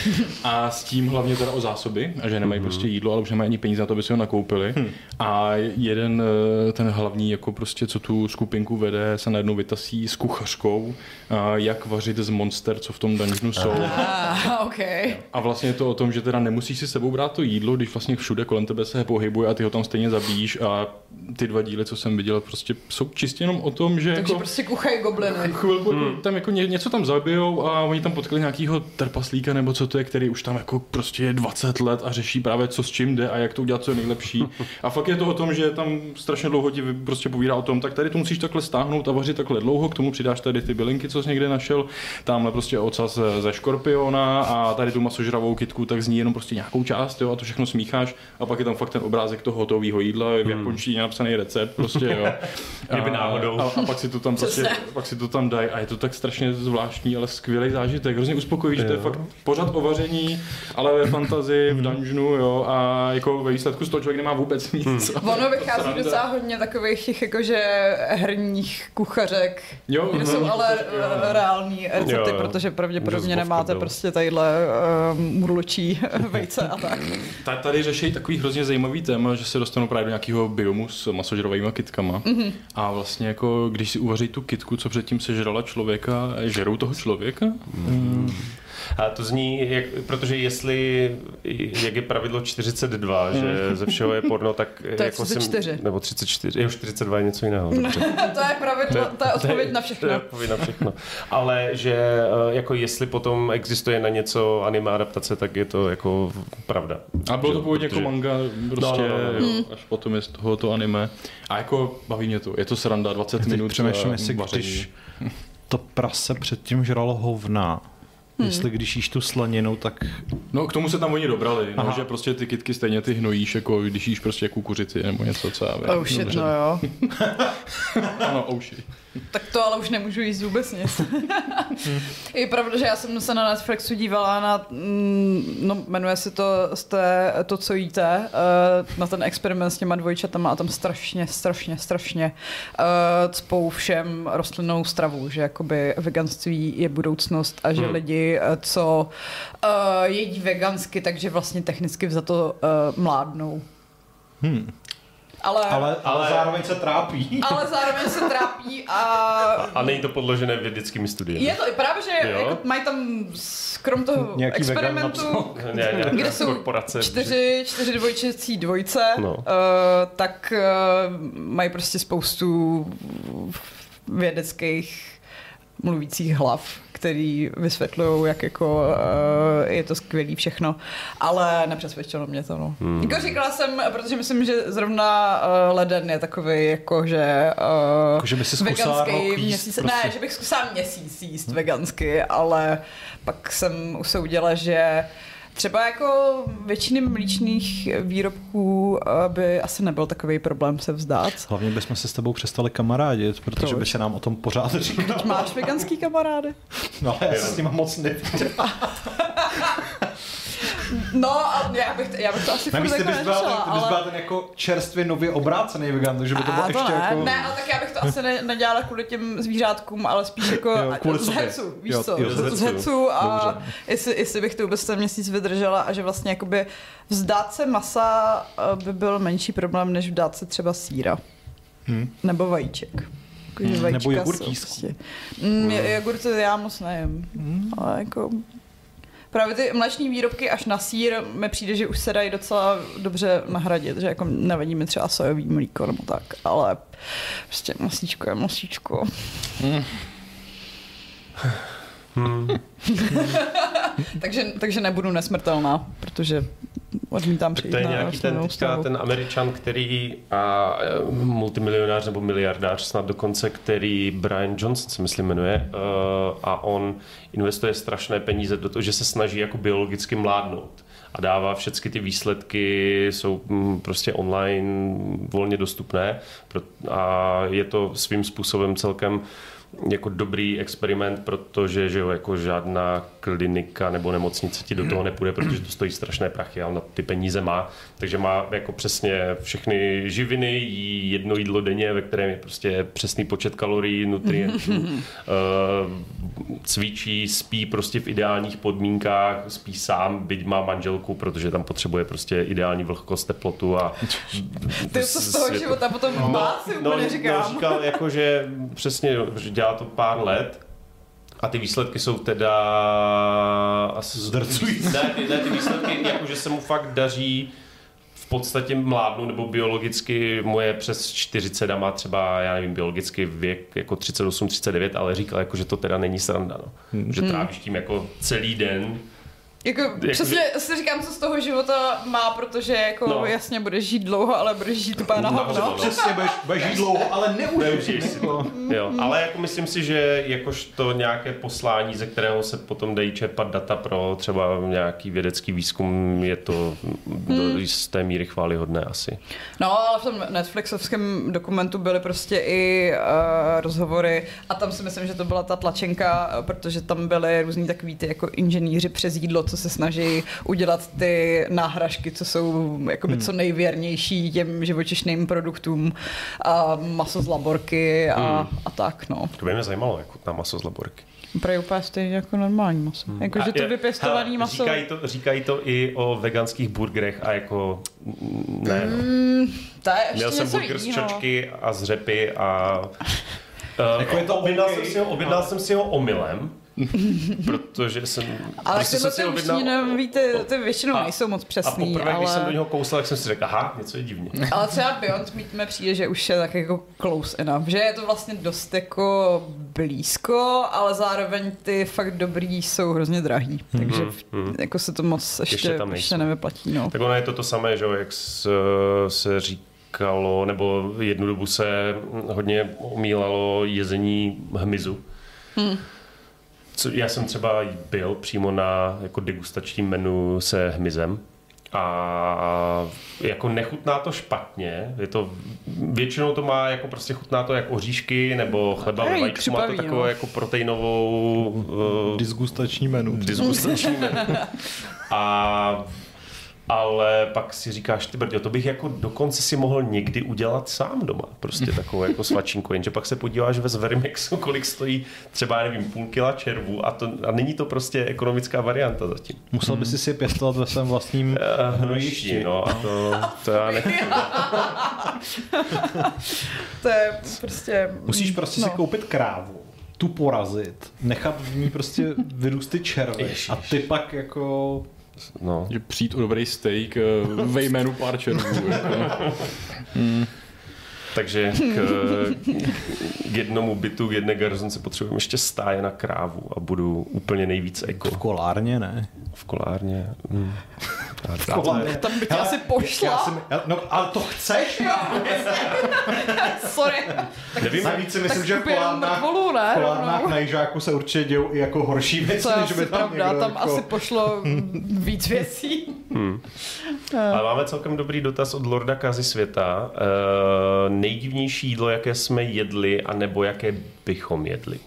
Speaker 4: a s tím hlavně teda o zásoby a že nemají mm. prostě jídlo, ale už nemají ani peníze na to, aby si ho nakoupili. Hmm. A jeden ten hlavní, jako prostě, co tu skupinku vede, se najednou vytasí s kuchařkou, jak vařit z monster, co v tom dungeonu jsou.
Speaker 3: Ah, okay.
Speaker 4: A vlastně je to o tom, že teda nemusíš si sebou brát to jídlo, když vlastně všude kolem tebe se pohybuje a ty ho tam stejně zabíjíš a ty dva díly, co jsem viděl, prostě jsou čistě jenom o tom, že
Speaker 3: takže
Speaker 4: jako
Speaker 3: prostě kuchají gobliny.
Speaker 4: Chvilku hmm. tam jako ně, něco tam zabijou a oni tam potkali nějakýho trpaslíka nebo co to je, který už tam jako prostě je dvacet let a řeší právě co s čím jde a jak to udělat co je nejlepší. A fakt je to o tom, že tam strašně dlouho ti prostě povídá o tom, tak tady to musíš takhle stáhnout a vařit takhle dlouho, k tomu přidáš tady ty bylinky, co jsi někde našel, tamhle prostě ocas ze škorpiona a tady tu masožravou kytku, tak z ní jenom prostě nějakou část, jo, a to všechno smícháš a pak je tam fakt ten obrázek toho hotového jídla, v japonštině napsaný recept, prostě jo.
Speaker 2: Kdyby náhodou.
Speaker 4: A, a, a pak si to tam prostě, pak si to tam dají a je to tak strašně zvláštní, ale skvělý zážitek, hrozně uspokojivý, že to je fakt pořád o vaření, ale ve fantazii, v dungeonu, jo, a jako ve výsledku z toho člověk nemá vůbec nic.
Speaker 3: Hmm. Ono vychází docela hodně takových těch jakože herních kuchařek, jo, kde jsou ale reální recepty, jo, protože pravděpodobně nemáte prostě tadyhle uh, murločí vejce a tak.
Speaker 4: Tady řeší takový hrozně zajímavý téma, že se dostanou právě do nějakého biomu s masožravými kytkama mm-hmm. a vlastně jako když si uvaří tu kytku, co předtím sežrala člověka, žerou toho člověka? Mm.
Speaker 2: A to zní, jak, protože jestli, jak je pravidlo čtyřicet dva, že ze všeho je porno, tak
Speaker 3: to je
Speaker 2: jako
Speaker 3: třicet čtyři.
Speaker 2: Jsem, nebo třicet čtyři, jo, čtyřicet dva je něco jiného.
Speaker 3: to je pravidlo, to je odpověď na všechno.
Speaker 2: To je odpověď na všechno. Ale že jako jestli potom existuje na něco anime adaptace, tak je to jako pravda.
Speaker 4: A bylo to původně protože... jako manga, prostě
Speaker 2: no, no, no, no.
Speaker 4: Jo, až potom je z toho to anime. A jako baví mě to, je to sranda, dvacet minut.
Speaker 1: Přemýšlím, jestli když to prase předtím žralo hovna, Hmm. Jestli když jíš tu slaninu, tak...
Speaker 4: No k tomu se tam oni dobrali, no, že prostě ty kytky stejně ty hnojíš, jako když jíš prostě kukuřici nebo něco, co já vím.
Speaker 3: Oh shit, dobře. No jo.
Speaker 4: Ano, oh shit.
Speaker 3: Tak to ale už nemůžu jíst vůbec nic. Je pravda, že já jsem se na Netflixu dívala na, no jmenuje se to jste, to, co jíte, na ten experiment s těma dvojčatama a tam strašně, strašně, strašně cpou všem rostlinnou stravu, že jakoby veganství je budoucnost a že hmm. lidi, co jedí vegansky, takže vlastně technicky vzato mládnou.
Speaker 1: Hmm.
Speaker 3: Ale,
Speaker 1: ale, ale zároveň se trápí.
Speaker 3: Ale zároveň se trápí a...
Speaker 2: A není to podložené vědeckými studiemi.
Speaker 3: Je to právě, že jako mají tam krom toho nějaký experimentu,
Speaker 2: ne,
Speaker 3: kde jsou čtyři, čtyři dvojčecí dvojce, no. uh, tak uh, mají prostě spoustu vědeckých mluvících hlav, který vysvětlují, jak jako uh, je to skvělý všechno, ale nepřesvědčilo mě to, no. Hmm. Jako říkala jsem, protože myslím, že zrovna uh, leden je takový, jako že uh,
Speaker 1: jako, že by si
Speaker 3: veganský
Speaker 1: měsíc,
Speaker 3: prostě. Ne, že bych zkusila měsíc jíst hmm. vegansky, ale pak jsem se udělala, že třeba jako většiny mlíčných výrobků by asi nebyl takový problém se vzdát.
Speaker 1: Hlavně bychom se s tebou přestali kamarádit, protože Proč? by se nám o tom pořád říkalo.
Speaker 3: Teď máš veganský kamarády?
Speaker 1: No, já se s nima moc nevidím.
Speaker 3: No, a já bych, já bych to asi furt jako nešla, ale...
Speaker 1: Ty bys byla ten jako čerstvě nově obrácený vegan, takže by to bylo
Speaker 3: to
Speaker 1: ještě
Speaker 3: ne.
Speaker 1: jako...
Speaker 3: Ne, ale tak já bych to asi ne, nedělala kvůli těm zvířátkům, ale spíš jako jo, z hecu, víš jo, co? Jo, z, z hecu a jestli, jestli bych to vůbec ten měsíc vydržela a že vlastně jakoby vzdát se masa by byl menší problém, než vzdát se třeba sýra. Hmm. Nebo vajíček.
Speaker 1: Hmm. Nebo jogurtísku.
Speaker 3: Prostě. Mm, jogurty já moc nejím, hmm. ale jako... Právě ty mléčné výrobky až na sýr mi přijde, že už se dají docela dobře nahradit, že jako nevadí mi třeba sojový mlíko nebo tak, ale prostě masíčko je masíčko. Hmm. Hmm. takže, takže nebudu nesmrtelná, protože odmítám přijít na
Speaker 2: to je nějaký ten, teďka, ten Američan, který a multimilionář nebo miliardář snad dokonce, který Brian Johnson se myslím jmenuje uh, a on investuje strašné peníze do toho, že se snaží jako biologicky mládnout a dává všechny ty výsledky, jsou mm, prostě online volně dostupné a je to svým způsobem celkem jako dobrý experiment, protože že jo, jako žádná klinika nebo nemocnice ti do toho nepůjde, protože to stojí strašné prachy, ale na ty peníze má, takže má jako přesně všechny živiny, jí jedno jídlo denně, ve kterém je prostě přesný počet kalorií, nutrientů, cvičí, spí prostě v ideálních podmínkách, spí sám, byť má manželku, protože tam potřebuje prostě ideální vlhkost, teplotu a...
Speaker 3: Ty co z toho života potom no, má, si úplně
Speaker 2: no,
Speaker 3: říkám.
Speaker 2: No, říkal jako, že přesně, že dělá to pár let a ty výsledky jsou teda asi
Speaker 1: zdrcující.
Speaker 2: Ne, ty, ne, ty výsledky, jako, že se mu fakt daří v podstatě mládnu, nebo biologicky moje přes čtyřicet a má třeba, já nevím, biologicky věk jako třicet osm třicet devět, ale říkal, jako, že to teda není sranda, no. Hmm. Že trávíš tím jako celý den.
Speaker 3: Jako, jako přesně že... si říkám, co z toho života má, protože jako no. jasně budeš žít dlouho, ale budeš žít úplně na hovno.
Speaker 1: No, přesně, budeš, budeš žít dlouho, ale neužiješ si to.
Speaker 2: Jo, ale jako myslím si, že jakožto nějaké poslání, ze kterého se potom dají čerpat data pro třeba nějaký vědecký výzkum, je to hmm. do jisté míry chvályhodné asi.
Speaker 3: No, ale v tom Netflixovském dokumentu byly prostě i uh, rozhovory a tam si myslím, že to byla ta tlačenka, protože tam byly různý takový ty jako inženýři přes jídlo, co se snaží udělat ty náhražky, co jsou jakoby hmm. co nejvěrnější těm živočišným produktům a maso z laborky a, hmm. a tak, no.
Speaker 2: To by mě zajímalo, jako ta maso z laborky.
Speaker 3: Pro úplně stejně jako normální maso. Hmm. Jakože to vypěstovaný maso.
Speaker 2: Říkají to, říkají to i o veganských burgerech a jako ne, no.
Speaker 3: Mm, to je ještě
Speaker 2: Měl jsem burger z čočky a z řepy a uh, jako je to objednal, okay. jsem si ho, objednal jsem si ho omylem. Protože jsem...
Speaker 3: Ale prostě tyhle ty učnínoví, ty, ty většinou a, nejsou moc přesný.
Speaker 2: A poprvé,
Speaker 3: ale...
Speaker 2: když jsem do něho kousal, tak jsem si řekl, aha, něco je divně.
Speaker 3: Ale třeba Beyond Meat mi přijde, že už je tak jako close enough, že je to vlastně dost jako blízko, ale zároveň ty fakt dobrý jsou hrozně drahý. Mm-hmm. Takže mm-hmm. jako se to moc ještě, ještě, ještě nevyplatí. No.
Speaker 2: Tak ono je to to samé, že jak se říká, nebo jednu dobu se hodně omílalo jezení hmyzu. Hmm. Co, já jsem třeba byl přímo na jako degustačním menu se hmyzem a jako nechutná to špatně, je to, většinou to má jako prostě chutná to jak oříšky nebo chleba ve vajíčku, má to takovou no. jako proteinovou
Speaker 1: uh, disgustační menu.
Speaker 2: Disgustační menu. A ale pak si říkáš, ty brďo, to bych jako dokonce si mohl někdy udělat sám doma. Prostě takovou jako svačinku, jenže pak se podíváš ve Sverimexu, kolik stojí třeba, nevím, půl kila červů a, to, a není to prostě ekonomická varianta zatím.
Speaker 1: Musel by si si pěstovat ve svém vlastním hnojišti.
Speaker 2: No a to, to já nechci.
Speaker 3: To je prostě...
Speaker 1: Musíš prostě no. si koupit krávu, tu porazit, nechat v ní prostě vyrůsty červy Ježiš. A ty pak jako...
Speaker 4: No. Že přijít o dobrý steak ve jménu pár červů. hmm.
Speaker 2: Takže k, k jednomu bytu, k jedné garzonce potřebujeme ještě stáje na krávu a budu úplně nejvíc eko.
Speaker 1: V kolárně ne?
Speaker 2: V kolárně. Hmm.
Speaker 3: V kolárně. Tam by tě asi pošla.
Speaker 1: No, ale to chceš?
Speaker 3: Sorry.
Speaker 1: Tak nevím, navíc si myslím, že v kolárnách,
Speaker 3: mrtvolu, ne,
Speaker 1: v kolárnách na Jižáku se určitě dějou i jako horší věci, než by tam
Speaker 3: pravda,
Speaker 1: někdo
Speaker 3: tam
Speaker 1: jako...
Speaker 3: asi pošlo víc věcí.
Speaker 2: Hmm. Ale máme celkem dobrý dotaz od Lorda Kazy světa. Uh, nejdivnější jídlo, jaké jsme jedli, anebo jaké bychom jedli?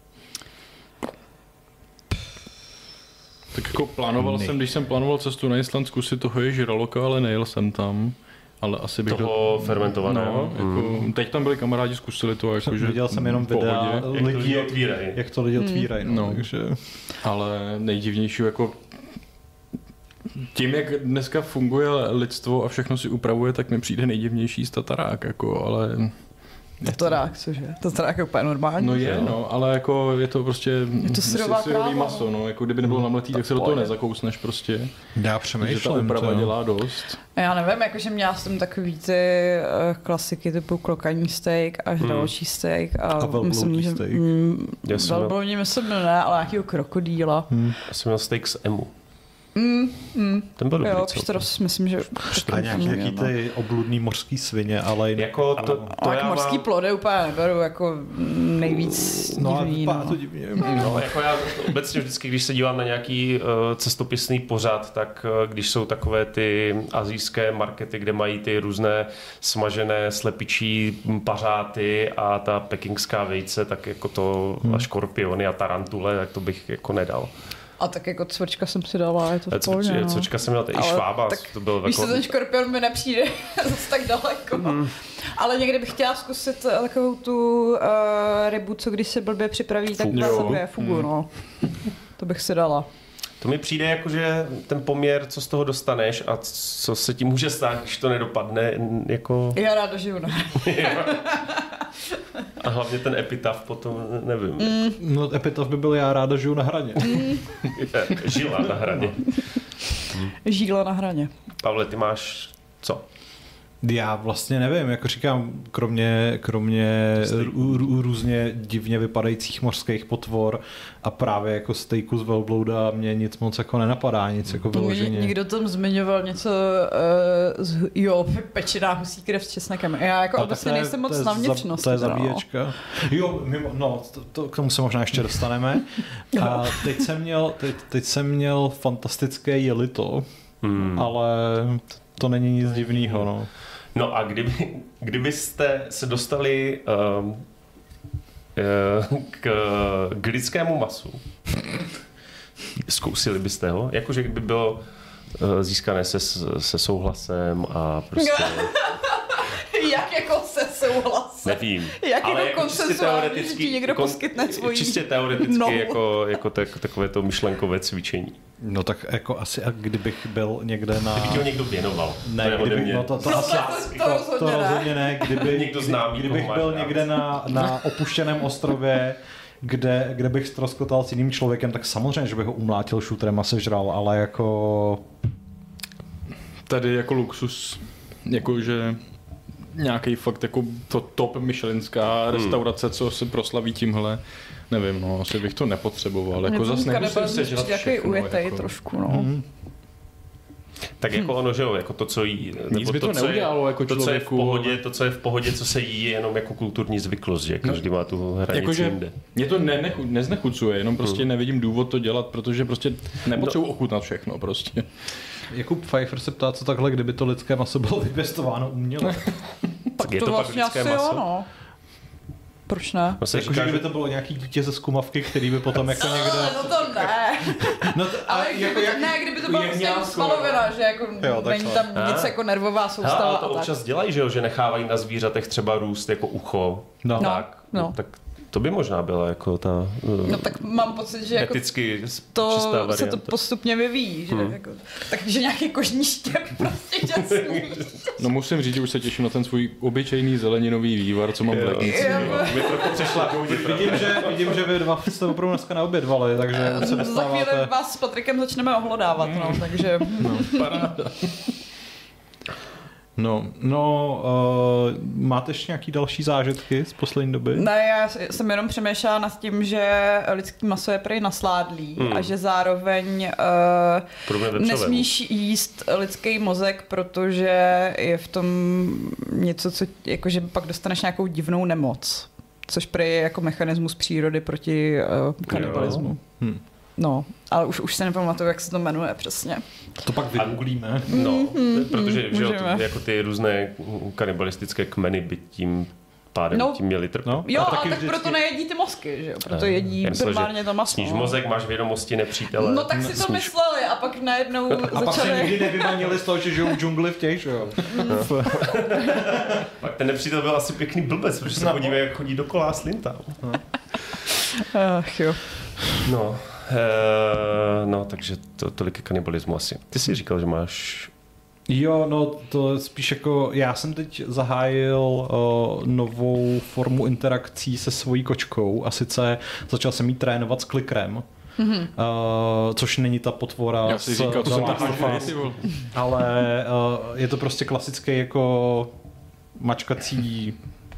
Speaker 4: Tak jako plánoval Nej. jsem, když jsem plánoval cestu na Island, zkusit toho je žraloka, ale nejel jsem tam. Ale asi bych
Speaker 2: toho do... fermentovaného.
Speaker 4: No, jako, mm. Teď tam byli kamarádi, zkusili to. Jako, že
Speaker 1: viděl jsem jenom videa
Speaker 2: lidí, jak, jak,
Speaker 1: jak to lidi otvírají. No,
Speaker 4: no. Takže... Ale nejdivnější jako tím, jak dneska funguje lidstvo a všechno si upravuje, tak mi přijde nejdivnější tatarák, jako, ale...
Speaker 3: Tatarák, cože? Tatarák je úplně normální.
Speaker 4: No je, no, ale jako je to prostě...
Speaker 3: Je to syrová kráva.
Speaker 4: Maso, no, jako kdyby nebylo namletý, tak se do toho nezakousneš prostě.
Speaker 1: Já přemýšlím.
Speaker 4: Takže ta úprava dělá dost.
Speaker 3: Já nevím, jakože měla jsem takový ty uh, klasiky typu klokaní steak a žraločí steak a,
Speaker 1: a velbloudí steak.
Speaker 3: Mm, velbloudí myslím, ne, ale nějakýho krokodýla.
Speaker 2: Hmm. Já jsem měl steak z emu.
Speaker 3: Mm, mm.
Speaker 2: Ten byl dobrý.
Speaker 3: Jo, Pšteros, myslím, že...
Speaker 1: A nějaký taky ty obludný mořský svině, ale...
Speaker 2: Jako to, to,
Speaker 3: to
Speaker 2: já
Speaker 3: mořský
Speaker 2: mám...
Speaker 3: plody úplně neberu, jako nejvíc
Speaker 1: no,
Speaker 3: divný.
Speaker 1: No,
Speaker 3: no.
Speaker 1: to divně.
Speaker 2: No, jako já obecně vždycky, když se dívám na nějaký uh, cestopisný pořad, tak uh, když jsou takové ty asijské markety, kde mají ty různé smažené slepičí pařáty a ta pekingská vejce, tak jako to hmm. a škorpiony a tarantule, tak to bych jako nedal.
Speaker 3: A tak jako cvrčka jsem si dala, je to v pohodě, no.
Speaker 2: Cvrčka jsem měl, i švába.
Speaker 3: Tak,
Speaker 2: to byl
Speaker 3: víš,
Speaker 2: jako...
Speaker 3: ten škorpion mi nepřijde zase tak daleko. Mm. Ale někdy bych chtěla zkusit takovou tu uh, rybu, co když se blbě připraví, tak na sobě fugu, mm. no. To bych si dala.
Speaker 2: To mi přijde jako, že ten poměr, co z toho dostaneš a co se ti může stát, když to nedopadne, jako...
Speaker 3: Já ráda žiju na
Speaker 2: A hlavně ten epitaf potom, nevím.
Speaker 3: Mm.
Speaker 1: No epitaf by byl já ráda žiju na hraně.
Speaker 3: Mm.
Speaker 2: Žila na hraně.
Speaker 3: Žíla na hraně.
Speaker 2: Pavle, ty máš co?
Speaker 1: Já vlastně nevím, jako říkám, kromě, kromě rů, různě divně vypadajících mořských potvor a právě jako stejku z velblouda mě nic moc jako nenapadá, nic jako vyloženě.
Speaker 3: Někdo tam zmiňoval něco, uh, z, jo, pečená husí krev s česnekem. Já jako obecně nejsem moc na vnitřnosti.
Speaker 1: To je zabíječka. Jo, mimo, no, to, to, k tomu se možná ještě dostaneme. A teď jsem měl, teď, teď jsem měl fantastické jelito, hmm. ale to není nic divného, no.
Speaker 2: No a kdyby, kdybyste se dostali uh, uh, k, k lidskému masu, zkusili byste ho? Jakože kdyby bylo uh, získané se, se souhlasem a prostě...
Speaker 3: Jak jako se souhlasem?
Speaker 2: Nevím.
Speaker 3: Jak
Speaker 2: ale
Speaker 3: jako konsensuálně, že ti někdo kon, poskytne svoji...
Speaker 2: Čistě teoreticky
Speaker 3: no.
Speaker 2: jako, jako tak, takové to myšlenkové cvičení.
Speaker 1: No tak jako asi, a kdybych byl někde na...
Speaker 2: Kdyby ti ho někdo věnoval.
Speaker 1: Ne,
Speaker 2: to
Speaker 1: kdyby, no to, to,
Speaker 3: no,
Speaker 1: asi,
Speaker 3: to, to, rozhodně,
Speaker 1: to rozhodně ne. Kdyby,
Speaker 2: někdo známý,
Speaker 1: kdybych byl někde na, na opuštěném ostrově, kde, kde bych ztroskotal s jiným člověkem, tak samozřejmě, že bych ho umlátil šutrem a sežral, ale jako...
Speaker 4: Tady jako luxus, jakože nějaký fakt jako to top michelinská restaurace, co se proslaví tímhle. Nevím, no, asi bych to nepotřeboval. Jako zase nemusím sežrat všechno.
Speaker 3: Ujetej
Speaker 4: jako.
Speaker 3: trošku, no. Mm.
Speaker 2: Tak jako ono, že jo, jako to, co jí...
Speaker 4: Nic by to, to neudělalo jako
Speaker 2: to, co je v
Speaker 4: člověku.
Speaker 2: pohodě, to, co je v pohodě, co se jí, je jenom jako kulturní zvyklost, že každý má tu hranici
Speaker 4: jako,
Speaker 2: jinde.
Speaker 4: Mě to ne, ne, neznechucuje, jenom prostě hmm. nevidím důvod to dělat, protože prostě nepotřebuji no. ochutnat všechno prostě.
Speaker 1: Jakub Pfeiffer se ptá, co takhle, kdyby to lidské maso bylo vypěstováno uměle.
Speaker 3: Tak
Speaker 2: je
Speaker 3: to,
Speaker 2: to
Speaker 3: vlastně
Speaker 2: pak lidské
Speaker 3: asi
Speaker 2: maso?
Speaker 3: Jo, no. Proč ne?
Speaker 2: Vlastně
Speaker 1: jako, že kdyby to bylo nějaký dítě ze zkumavky, který by potom jako někde...
Speaker 3: No to ne.
Speaker 1: No to,
Speaker 3: ale kdyby, jako, jak, ne, kdyby to bylo prostě jako svalovina, že jako jo, není tam a. nic jako nervová soustava.
Speaker 2: Ale to občas tak. dělají, že jo, že nechávají na zvířatech třeba růst jako ucho.
Speaker 1: No.
Speaker 2: Tak,
Speaker 3: no.
Speaker 2: no. tak to by možná byla jako ta...
Speaker 3: No tak mám pocit, že jako
Speaker 2: eticky
Speaker 3: to
Speaker 2: čistá varianta.
Speaker 3: se to postupně vyvíjí, že hmm. jako, takže nějaký kožní štěp prostě časný.
Speaker 4: No musím říct, že už se těším na ten svůj obyčejný zeleninový vývar, co mám v lednici.
Speaker 2: Mě trochu přešla.
Speaker 1: Vidím, že, vidím, že vy dva jste opravdu dneska neobědvali, takže se dostáváte...
Speaker 3: Za chvíli vás s Patrikem začneme ohlodávat, no, takže...
Speaker 1: No, paráda. No, no uh, máte ještě nějaký další zážitky z poslední doby?
Speaker 3: Ne, já jsem jenom přemýšlela nad tím, že lidský maso je prej nasládlý hmm. a že zároveň uh, nesmíš jíst lidský mozek, protože je v tom něco, co, jakože pak dostaneš nějakou divnou nemoc, což prej je jako mechanismus přírody proti uh, kanibalismu. Hmm. No, ale už, už se nepamatuju, jak se to jmenuje přesně.
Speaker 1: To pak vygooglíme.
Speaker 2: No, mm, protože mm, že jo, to, jako ty různé kanibalistické kmeny by tím pádem no. tím měli trpět. No,
Speaker 3: jo,
Speaker 1: ale
Speaker 3: tak
Speaker 1: vždycky...
Speaker 3: proto nejedí ty mozky, že jo? Proto jedí primárně to maso.
Speaker 2: Sníž mozek, máš vědomosti nepřítele.
Speaker 3: No tak si to
Speaker 2: sníž...
Speaker 3: mysleli a pak najednou
Speaker 1: a
Speaker 3: začali...
Speaker 1: A pak se nikdy nevymanili z toho, že žijou v džungli v těch, že jo?
Speaker 2: No. Pak ten nepřítel byl asi pěkný blbec, protože se no. podívej, jak chodí dokola a slintá.
Speaker 1: No.
Speaker 3: Ach jo.
Speaker 2: No. Uh, no, takže to, tolik je kanibalismu asi. Ty jsi říkal, že máš...
Speaker 1: Jo, no to spíš jako, já jsem teď zahájil uh, novou formu interakcí se svojí kočkou a sice začal jsem jí trénovat s klikrem. Mm-hmm. Uh, což není ta potvora.
Speaker 4: Já si říkal, to jsem tak
Speaker 1: ale uh, je to prostě klasický jako mačkací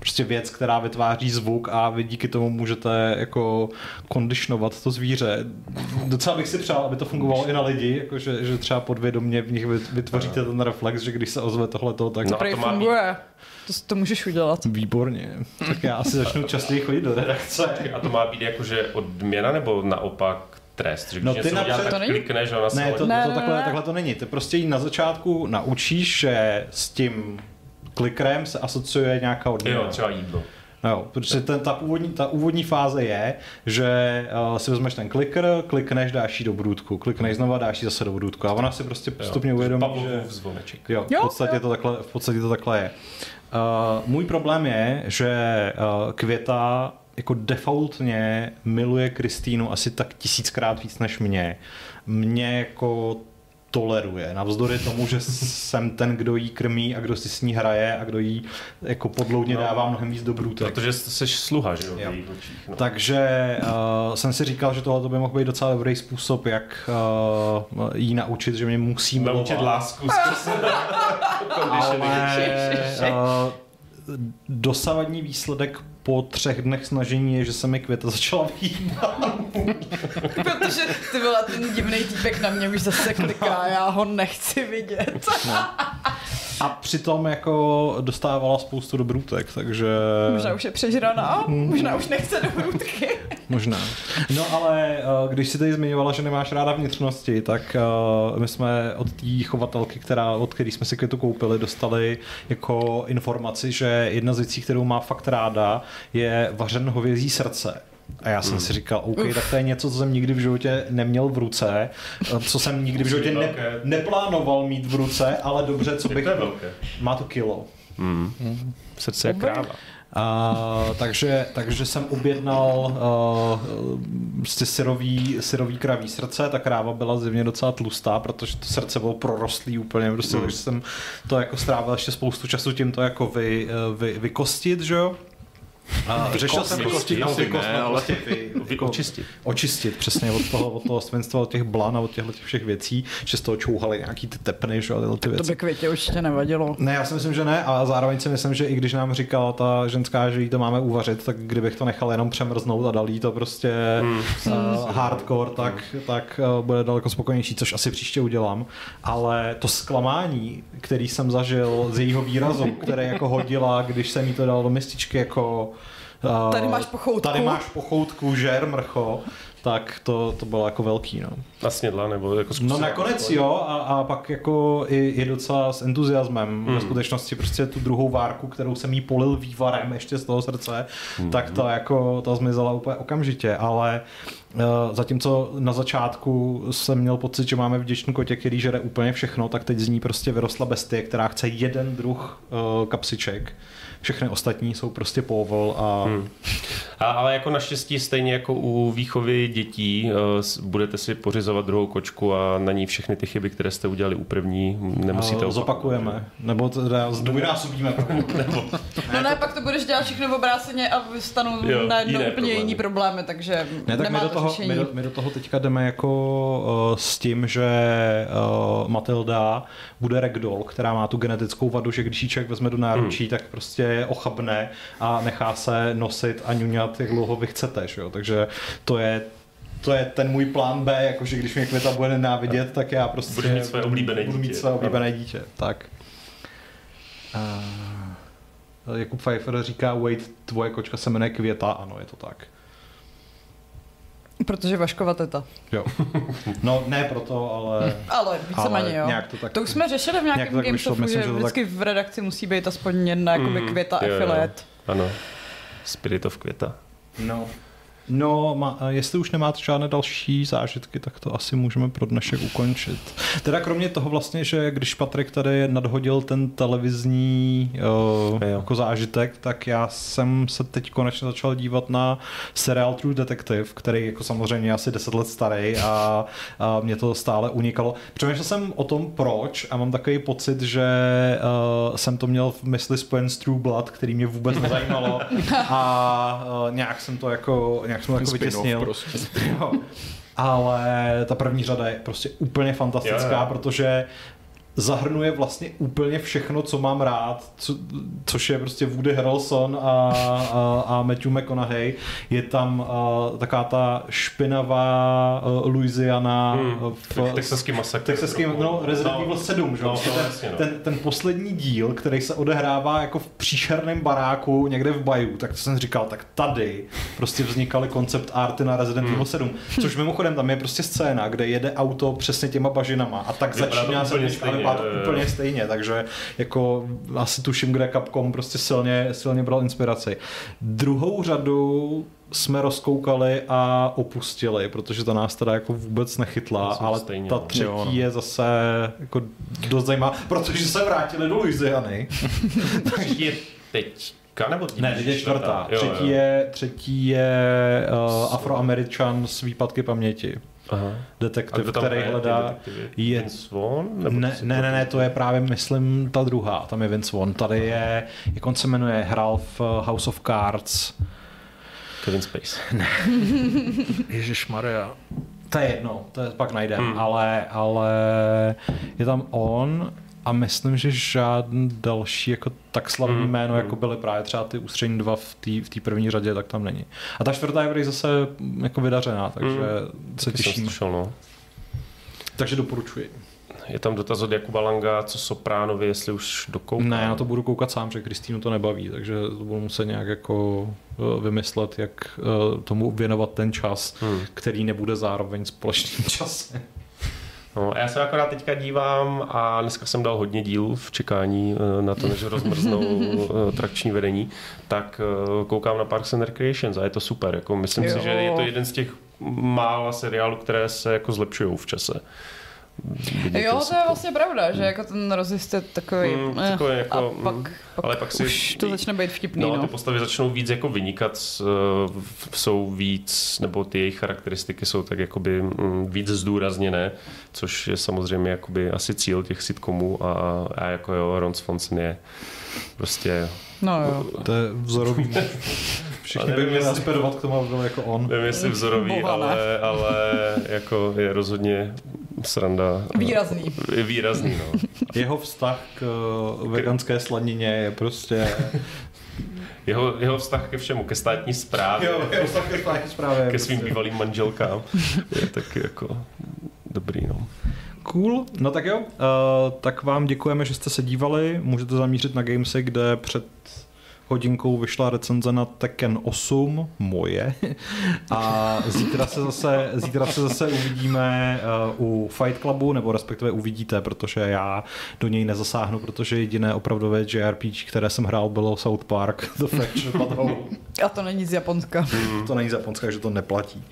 Speaker 1: prostě věc, která vytváří zvuk a vy díky tomu můžete jako konditionovat to zvíře. Docela bych si přál, aby to fungovalo i na lidi, jako že, že třeba podvědomě v nich vytvoříte ten reflex, že když se ozve tohleto, tak...
Speaker 3: No, to funguje. To, to můžeš udělat.
Speaker 1: Výborně. Tak já asi začnu častěji chodit do redakce.
Speaker 2: A to má být jakože odměna nebo naopak trest? Že když
Speaker 1: no, ty
Speaker 2: něco udělá, tak klikneš a ona se...
Speaker 1: Ne, to,
Speaker 3: ne,
Speaker 1: to
Speaker 3: ne,
Speaker 1: takhle,
Speaker 3: ne.
Speaker 1: takhle to není. Ty prostě jí na začátku naučíš, že s tím klikrem se asociuje nějaká odměna.
Speaker 2: Jo, třeba jídlo.
Speaker 1: Jo, protože ten, ta, úvodní, ta úvodní fáze je, že uh, si vezmeš ten klikr, klikneš, dáš jí do brůdku, klikneš znova, dáš jí zase do brůdku a ona si prostě postupně jo, uvědomí, že...
Speaker 2: zvoneček.
Speaker 1: Jo, v podstatě, to takhle, v podstatě to takhle je. Uh, můj problém je, že uh, Květa jako defaultně miluje Kristýnu asi tak tisíckrát víc než mě. Mě jako toleruje. Navzdory tomu, že jsem ten, kdo jí krmí a kdo si s ní hraje a kdo jí jako podloudně dává mnohem víc do brůtek.
Speaker 2: Protože jsi sluha, že jo?
Speaker 1: jo.
Speaker 2: Očích, no.
Speaker 1: Takže uh, jsem si říkal, že tohle by mohl být docela dobrý způsob, jak uh, jí naučit, že mě musí milovat.
Speaker 2: Naučit lásku skrz
Speaker 1: Ale uh, dosavadní výsledek po třech dnech snažení je, že se mi Květa začala vyhýbat.
Speaker 3: Protože ty byla ten divnej týpek na mě už zase kliká, já ho nechci vidět.
Speaker 1: No. A přitom jako dostávala spoustu dobrůtek, takže...
Speaker 3: Možná už je přežraná, možná už nechce dobrůtky.
Speaker 1: Možná. No ale když si tady zmiňovala, že nemáš ráda vnitřnosti, tak my jsme od té chovatelky, která, od který jsme si Květu koupili, dostali jako informaci, že jedna z věcí, kterou má fakt ráda, je vařen hovězí srdce. A já jsem hmm. si říkal, OK, Uf. tak to je něco, co jsem nikdy v životě neměl v ruce, co jsem nikdy v životě ne, neplánoval mít v ruce, ale dobře, co bych... Má to kilo.
Speaker 2: Hmm. Hmm. Srdce je kráva.
Speaker 1: Uh, takže, takže jsem objednal uh, prostě syrový, syrový kraví srdce, ta kráva byla zjevně docela tlustá, protože to srdce bylo prorostlý úplně, prostě, mm. takže jsem to jako strávil ještě spoustu času tím to jako vy, vy, vykostit, že jo? A řešil jsem
Speaker 4: vykostit,
Speaker 1: no,
Speaker 4: asi
Speaker 1: vykost,
Speaker 4: ne, ale
Speaker 1: prostě vy, jako,
Speaker 2: očistit.
Speaker 1: Očistit, přesně, od toho, od toho svinstva, od těch blan a od těchto všech věcí, že z toho čouhaly nějaký ty tepny, že jo, ty věci.
Speaker 3: To by Květě určitě nevadilo.
Speaker 1: Ne, já si myslím, že ne a zároveň si myslím, že i když nám říkala ta ženská, že jí to máme uvařit, tak kdybych to nechal jenom přemrznout a dal jí to prostě mm. uh, hardcore, tak, mm. tak uh, bude daleko spokojenější, což asi příště udělám. Ale to zklamání, který jsem zažil z jejího výrazu, které jako hodila, když jsem jí to dal do mističky jako Uh,
Speaker 3: tady máš pochoutku.
Speaker 1: Tady máš pochoutku, žer, mrcho, tak to, to bylo jako velký, no.
Speaker 2: Na snědla, nebo jako zkusila?
Speaker 1: No nakonec jo, a, a pak jako i, i docela s entuziasmem. Mm. Ve skutečnosti prostě tu druhou várku, kterou jsem jí polil vývarem ještě z toho srdce, mm. tak ta jako, ta zmizela úplně okamžitě, ale uh, zatímco na začátku jsem měl pocit, že máme vděčný kotě, který žere úplně všechno, tak teď z ní prostě vyrostla bestie, která chce jeden druh uh, kapsiček. Všechny ostatní jsou prostě póvol a... Hmm.
Speaker 2: a... Ale jako naštěstí stejně jako u výchovy dětí uh, budete si pořizovat druhou kočku a na ní všechny ty chyby, které jste udělali u první, nemusíte opakovat.
Speaker 1: Zopakujeme. Nebo teda zdvojnásobíme.
Speaker 3: Nebo... No ne, pak to budeš dělat všechno obráceně a vystanou najednou úplně problémy. Jiný problémy, takže
Speaker 1: ne, tak
Speaker 3: nemá
Speaker 1: my do, toho, my, do, my do toho teďka jdeme jako uh, s tím, že uh, Matilda bude ragdoll, která má tu genetickou vadu, že když ji člověk vezme do náručí, hmm. tak prostě ochabne a nechá se nosit a ňuňat, jak dlouho vy chcete, že jo? Takže to je to je ten můj plán B, jakože když mě Květa bude nenávidět, tak já prostě
Speaker 2: budu mít své oblíbené
Speaker 1: budu
Speaker 2: dítě.
Speaker 1: Mít své oblíbené dítě. Tak. Uh, Jakub Pfeiffer říká, wait, tvoje kočka se jmenuje Květa, ano, je to tak.
Speaker 3: Protože Vaškova teta.
Speaker 1: Jo. No ne proto, ale...
Speaker 3: ale víceméně jo.
Speaker 1: To, tak,
Speaker 3: to už jsme řešili v nějakém Gamesofu, že vždycky tak... v redakci musí být aspoň jedna jakoby mm, Květa affiliate.
Speaker 2: Ano. Spirit of Květa.
Speaker 1: No. No, ma, jestli už nemáte žádné další zážitky, tak to asi můžeme pro dnešek ukončit. Teda kromě toho vlastně, že když Patrik tady nadhodil ten televizní uh, jako zážitek, tak já jsem se teď konečně začal dívat na seriál True Detective, který jako samozřejmě asi deset let starý a, a mě to stále unikalo. Přemýšlel jsem o tom proč a mám takový pocit, že uh, jsem to měl v mysli spojen s True Blood, který mě vůbec nezajímalo a uh, nějak jsem to jako jak jsem to jako vytěsnil. Prostě. Jo. Ale ta první řada je prostě úplně fantastická, jo, jo. protože zahrnuje vlastně úplně všechno, co mám rád, co, což je prostě Woody Harrelson a, a, a Matthew McConaughey. Je tam uh, taková ta špinavá uh, Louisiana
Speaker 2: hmm,
Speaker 1: v
Speaker 2: Texaský masakr.
Speaker 1: Texaský, no, Resident Evil sedm, že?
Speaker 2: No,
Speaker 1: ten,
Speaker 2: no, jasně, no.
Speaker 1: ten, ten poslední díl, který se odehrává jako v příšerném baráku někde v Baju, tak to jsem říkal, tak tady prostě vznikaly koncept arty na Resident Evil sedm, což mimochodem tam je prostě scéna, kde jede auto přesně těma bažinama a tak začíná se vypadá to úplně stejně, takže jako asi tuším, kde Capcom prostě silně, silně bral inspiraci. Druhou řadu jsme rozkoukali a opustili, protože ta nás teda jako vůbec nechytla, ale stejně, ta třetí jo, no. je zase jako dost zajímavá, protože se vrátili do Louisiany.
Speaker 2: Třetí je teďka, nebo
Speaker 1: ne, teď je čtvrtá. Jo, třetí, jo. Je, třetí je uh, Afroameričan s výpadky paměti. Aha. Detektiv, který hledá je...
Speaker 2: Vince Vaughn?
Speaker 1: Ne, ne, ne, ne, to je právě, myslím, ta druhá. Tam je Vince Vaughn. Tady je, jak on se jmenuje, hrál v House of Cards.
Speaker 2: Kevin Space.
Speaker 1: Ne. Ježišmarja. To je jedno, to je pak najdem, hmm. ale, ale je tam on a myslím, že žádný další jako tak slavný hmm. jméno, jako byly právě třeba ty Ústřední dva v té v té první řadě, tak tam není. A ta čtvrtá je prý zase jako vydařená, takže hmm. se těším.
Speaker 2: Slyšel, no.
Speaker 1: Takže doporučuji.
Speaker 2: Je tam dotaz od Jakuba Langa, co Sopránovi, jestli už dokoukám.
Speaker 1: Ne, na to budu koukat sám, že Kristýnu to nebaví, takže to budu muset nějak jako vymyslet, jak tomu věnovat ten čas, hmm. který nebude zároveň společným časem.
Speaker 2: No, já se akorát teďka dívám a dneska jsem dal hodně dílů v čekání na to, než rozmrznou trakční vedení, tak koukám na Parks and Recreations a je to super. Jako myslím jo. si, že je to jeden z těch mála seriálů, které se jako zlepšují v čase.
Speaker 3: Jo, to, to je vlastně pravda, že jako ten rozjezd je takový,
Speaker 2: mm, takový jako,
Speaker 3: a pak,
Speaker 2: mm,
Speaker 3: pak
Speaker 2: ale pak si,
Speaker 3: už to začne být vtipný.
Speaker 2: No,
Speaker 3: no.
Speaker 2: ty postavy začnou víc jako vynikat, jsou víc, nebo ty jejich charakteristiky jsou tak jakoby mm, víc zdůrazněné, což je samozřejmě jakoby asi cíl těch sitcomů a, a jako jo, Ron Swanson je prostě...
Speaker 3: No jo.
Speaker 1: To je vzorový muž. Všichni by měli aspirovat k tomu, aby byl jako on.
Speaker 2: Nevím, jestli vzorový, ale, ale jako je rozhodně sranda.
Speaker 3: Výrazný.
Speaker 2: Je výrazný, no.
Speaker 1: Jeho vztah k veganské slanině je prostě...
Speaker 2: Jeho, jeho vztah ke všemu, ke státní správě.
Speaker 1: Jo, jeho vztah ke státní správě.
Speaker 2: Ke svým prostě bývalým manželkám. Je taky jako dobrý, no.
Speaker 1: Cool, no tak jo, uh, tak vám děkujeme, že jste se dívali, můžete zamířit na Gamesy, kde před hodinkou vyšla recenze na Tekken osm, moje, a zítra se zase, zítra se zase uvidíme uh, u Fight Clubu, nebo respektive uvidíte, protože já do něj nezasáhnu, protože jediné opravdové J R P G, které jsem hrál, bylo South Park, The Faction But Home.
Speaker 3: A to není z Japonska.
Speaker 1: Mm. To není z Japonska, že to neplatí.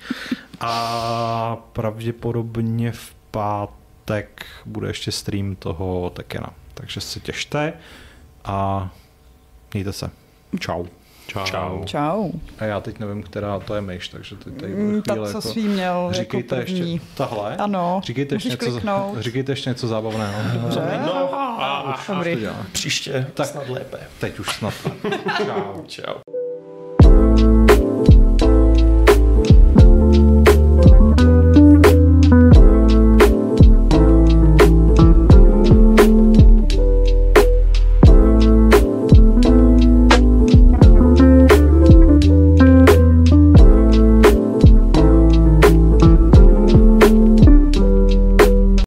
Speaker 1: A pravděpodobně v pátek bude ještě stream toho Tekkena, takže se těšte a mějte se. Čau.
Speaker 2: Čau.
Speaker 3: Čau.
Speaker 1: A já teď nevím, která to je myš, takže teď tady
Speaker 3: mm, tak co jako... svý měl
Speaker 1: říkejte
Speaker 3: jako první.
Speaker 1: Ještě tahle?
Speaker 3: Ano,
Speaker 1: říkejte ještě, něco, říkejte ještě něco zábavného.
Speaker 3: Dobře.
Speaker 2: No, a,
Speaker 3: a,
Speaker 2: a, příště
Speaker 1: tak
Speaker 2: snad lépe.
Speaker 1: Teď už snad. Čau.
Speaker 2: Čau.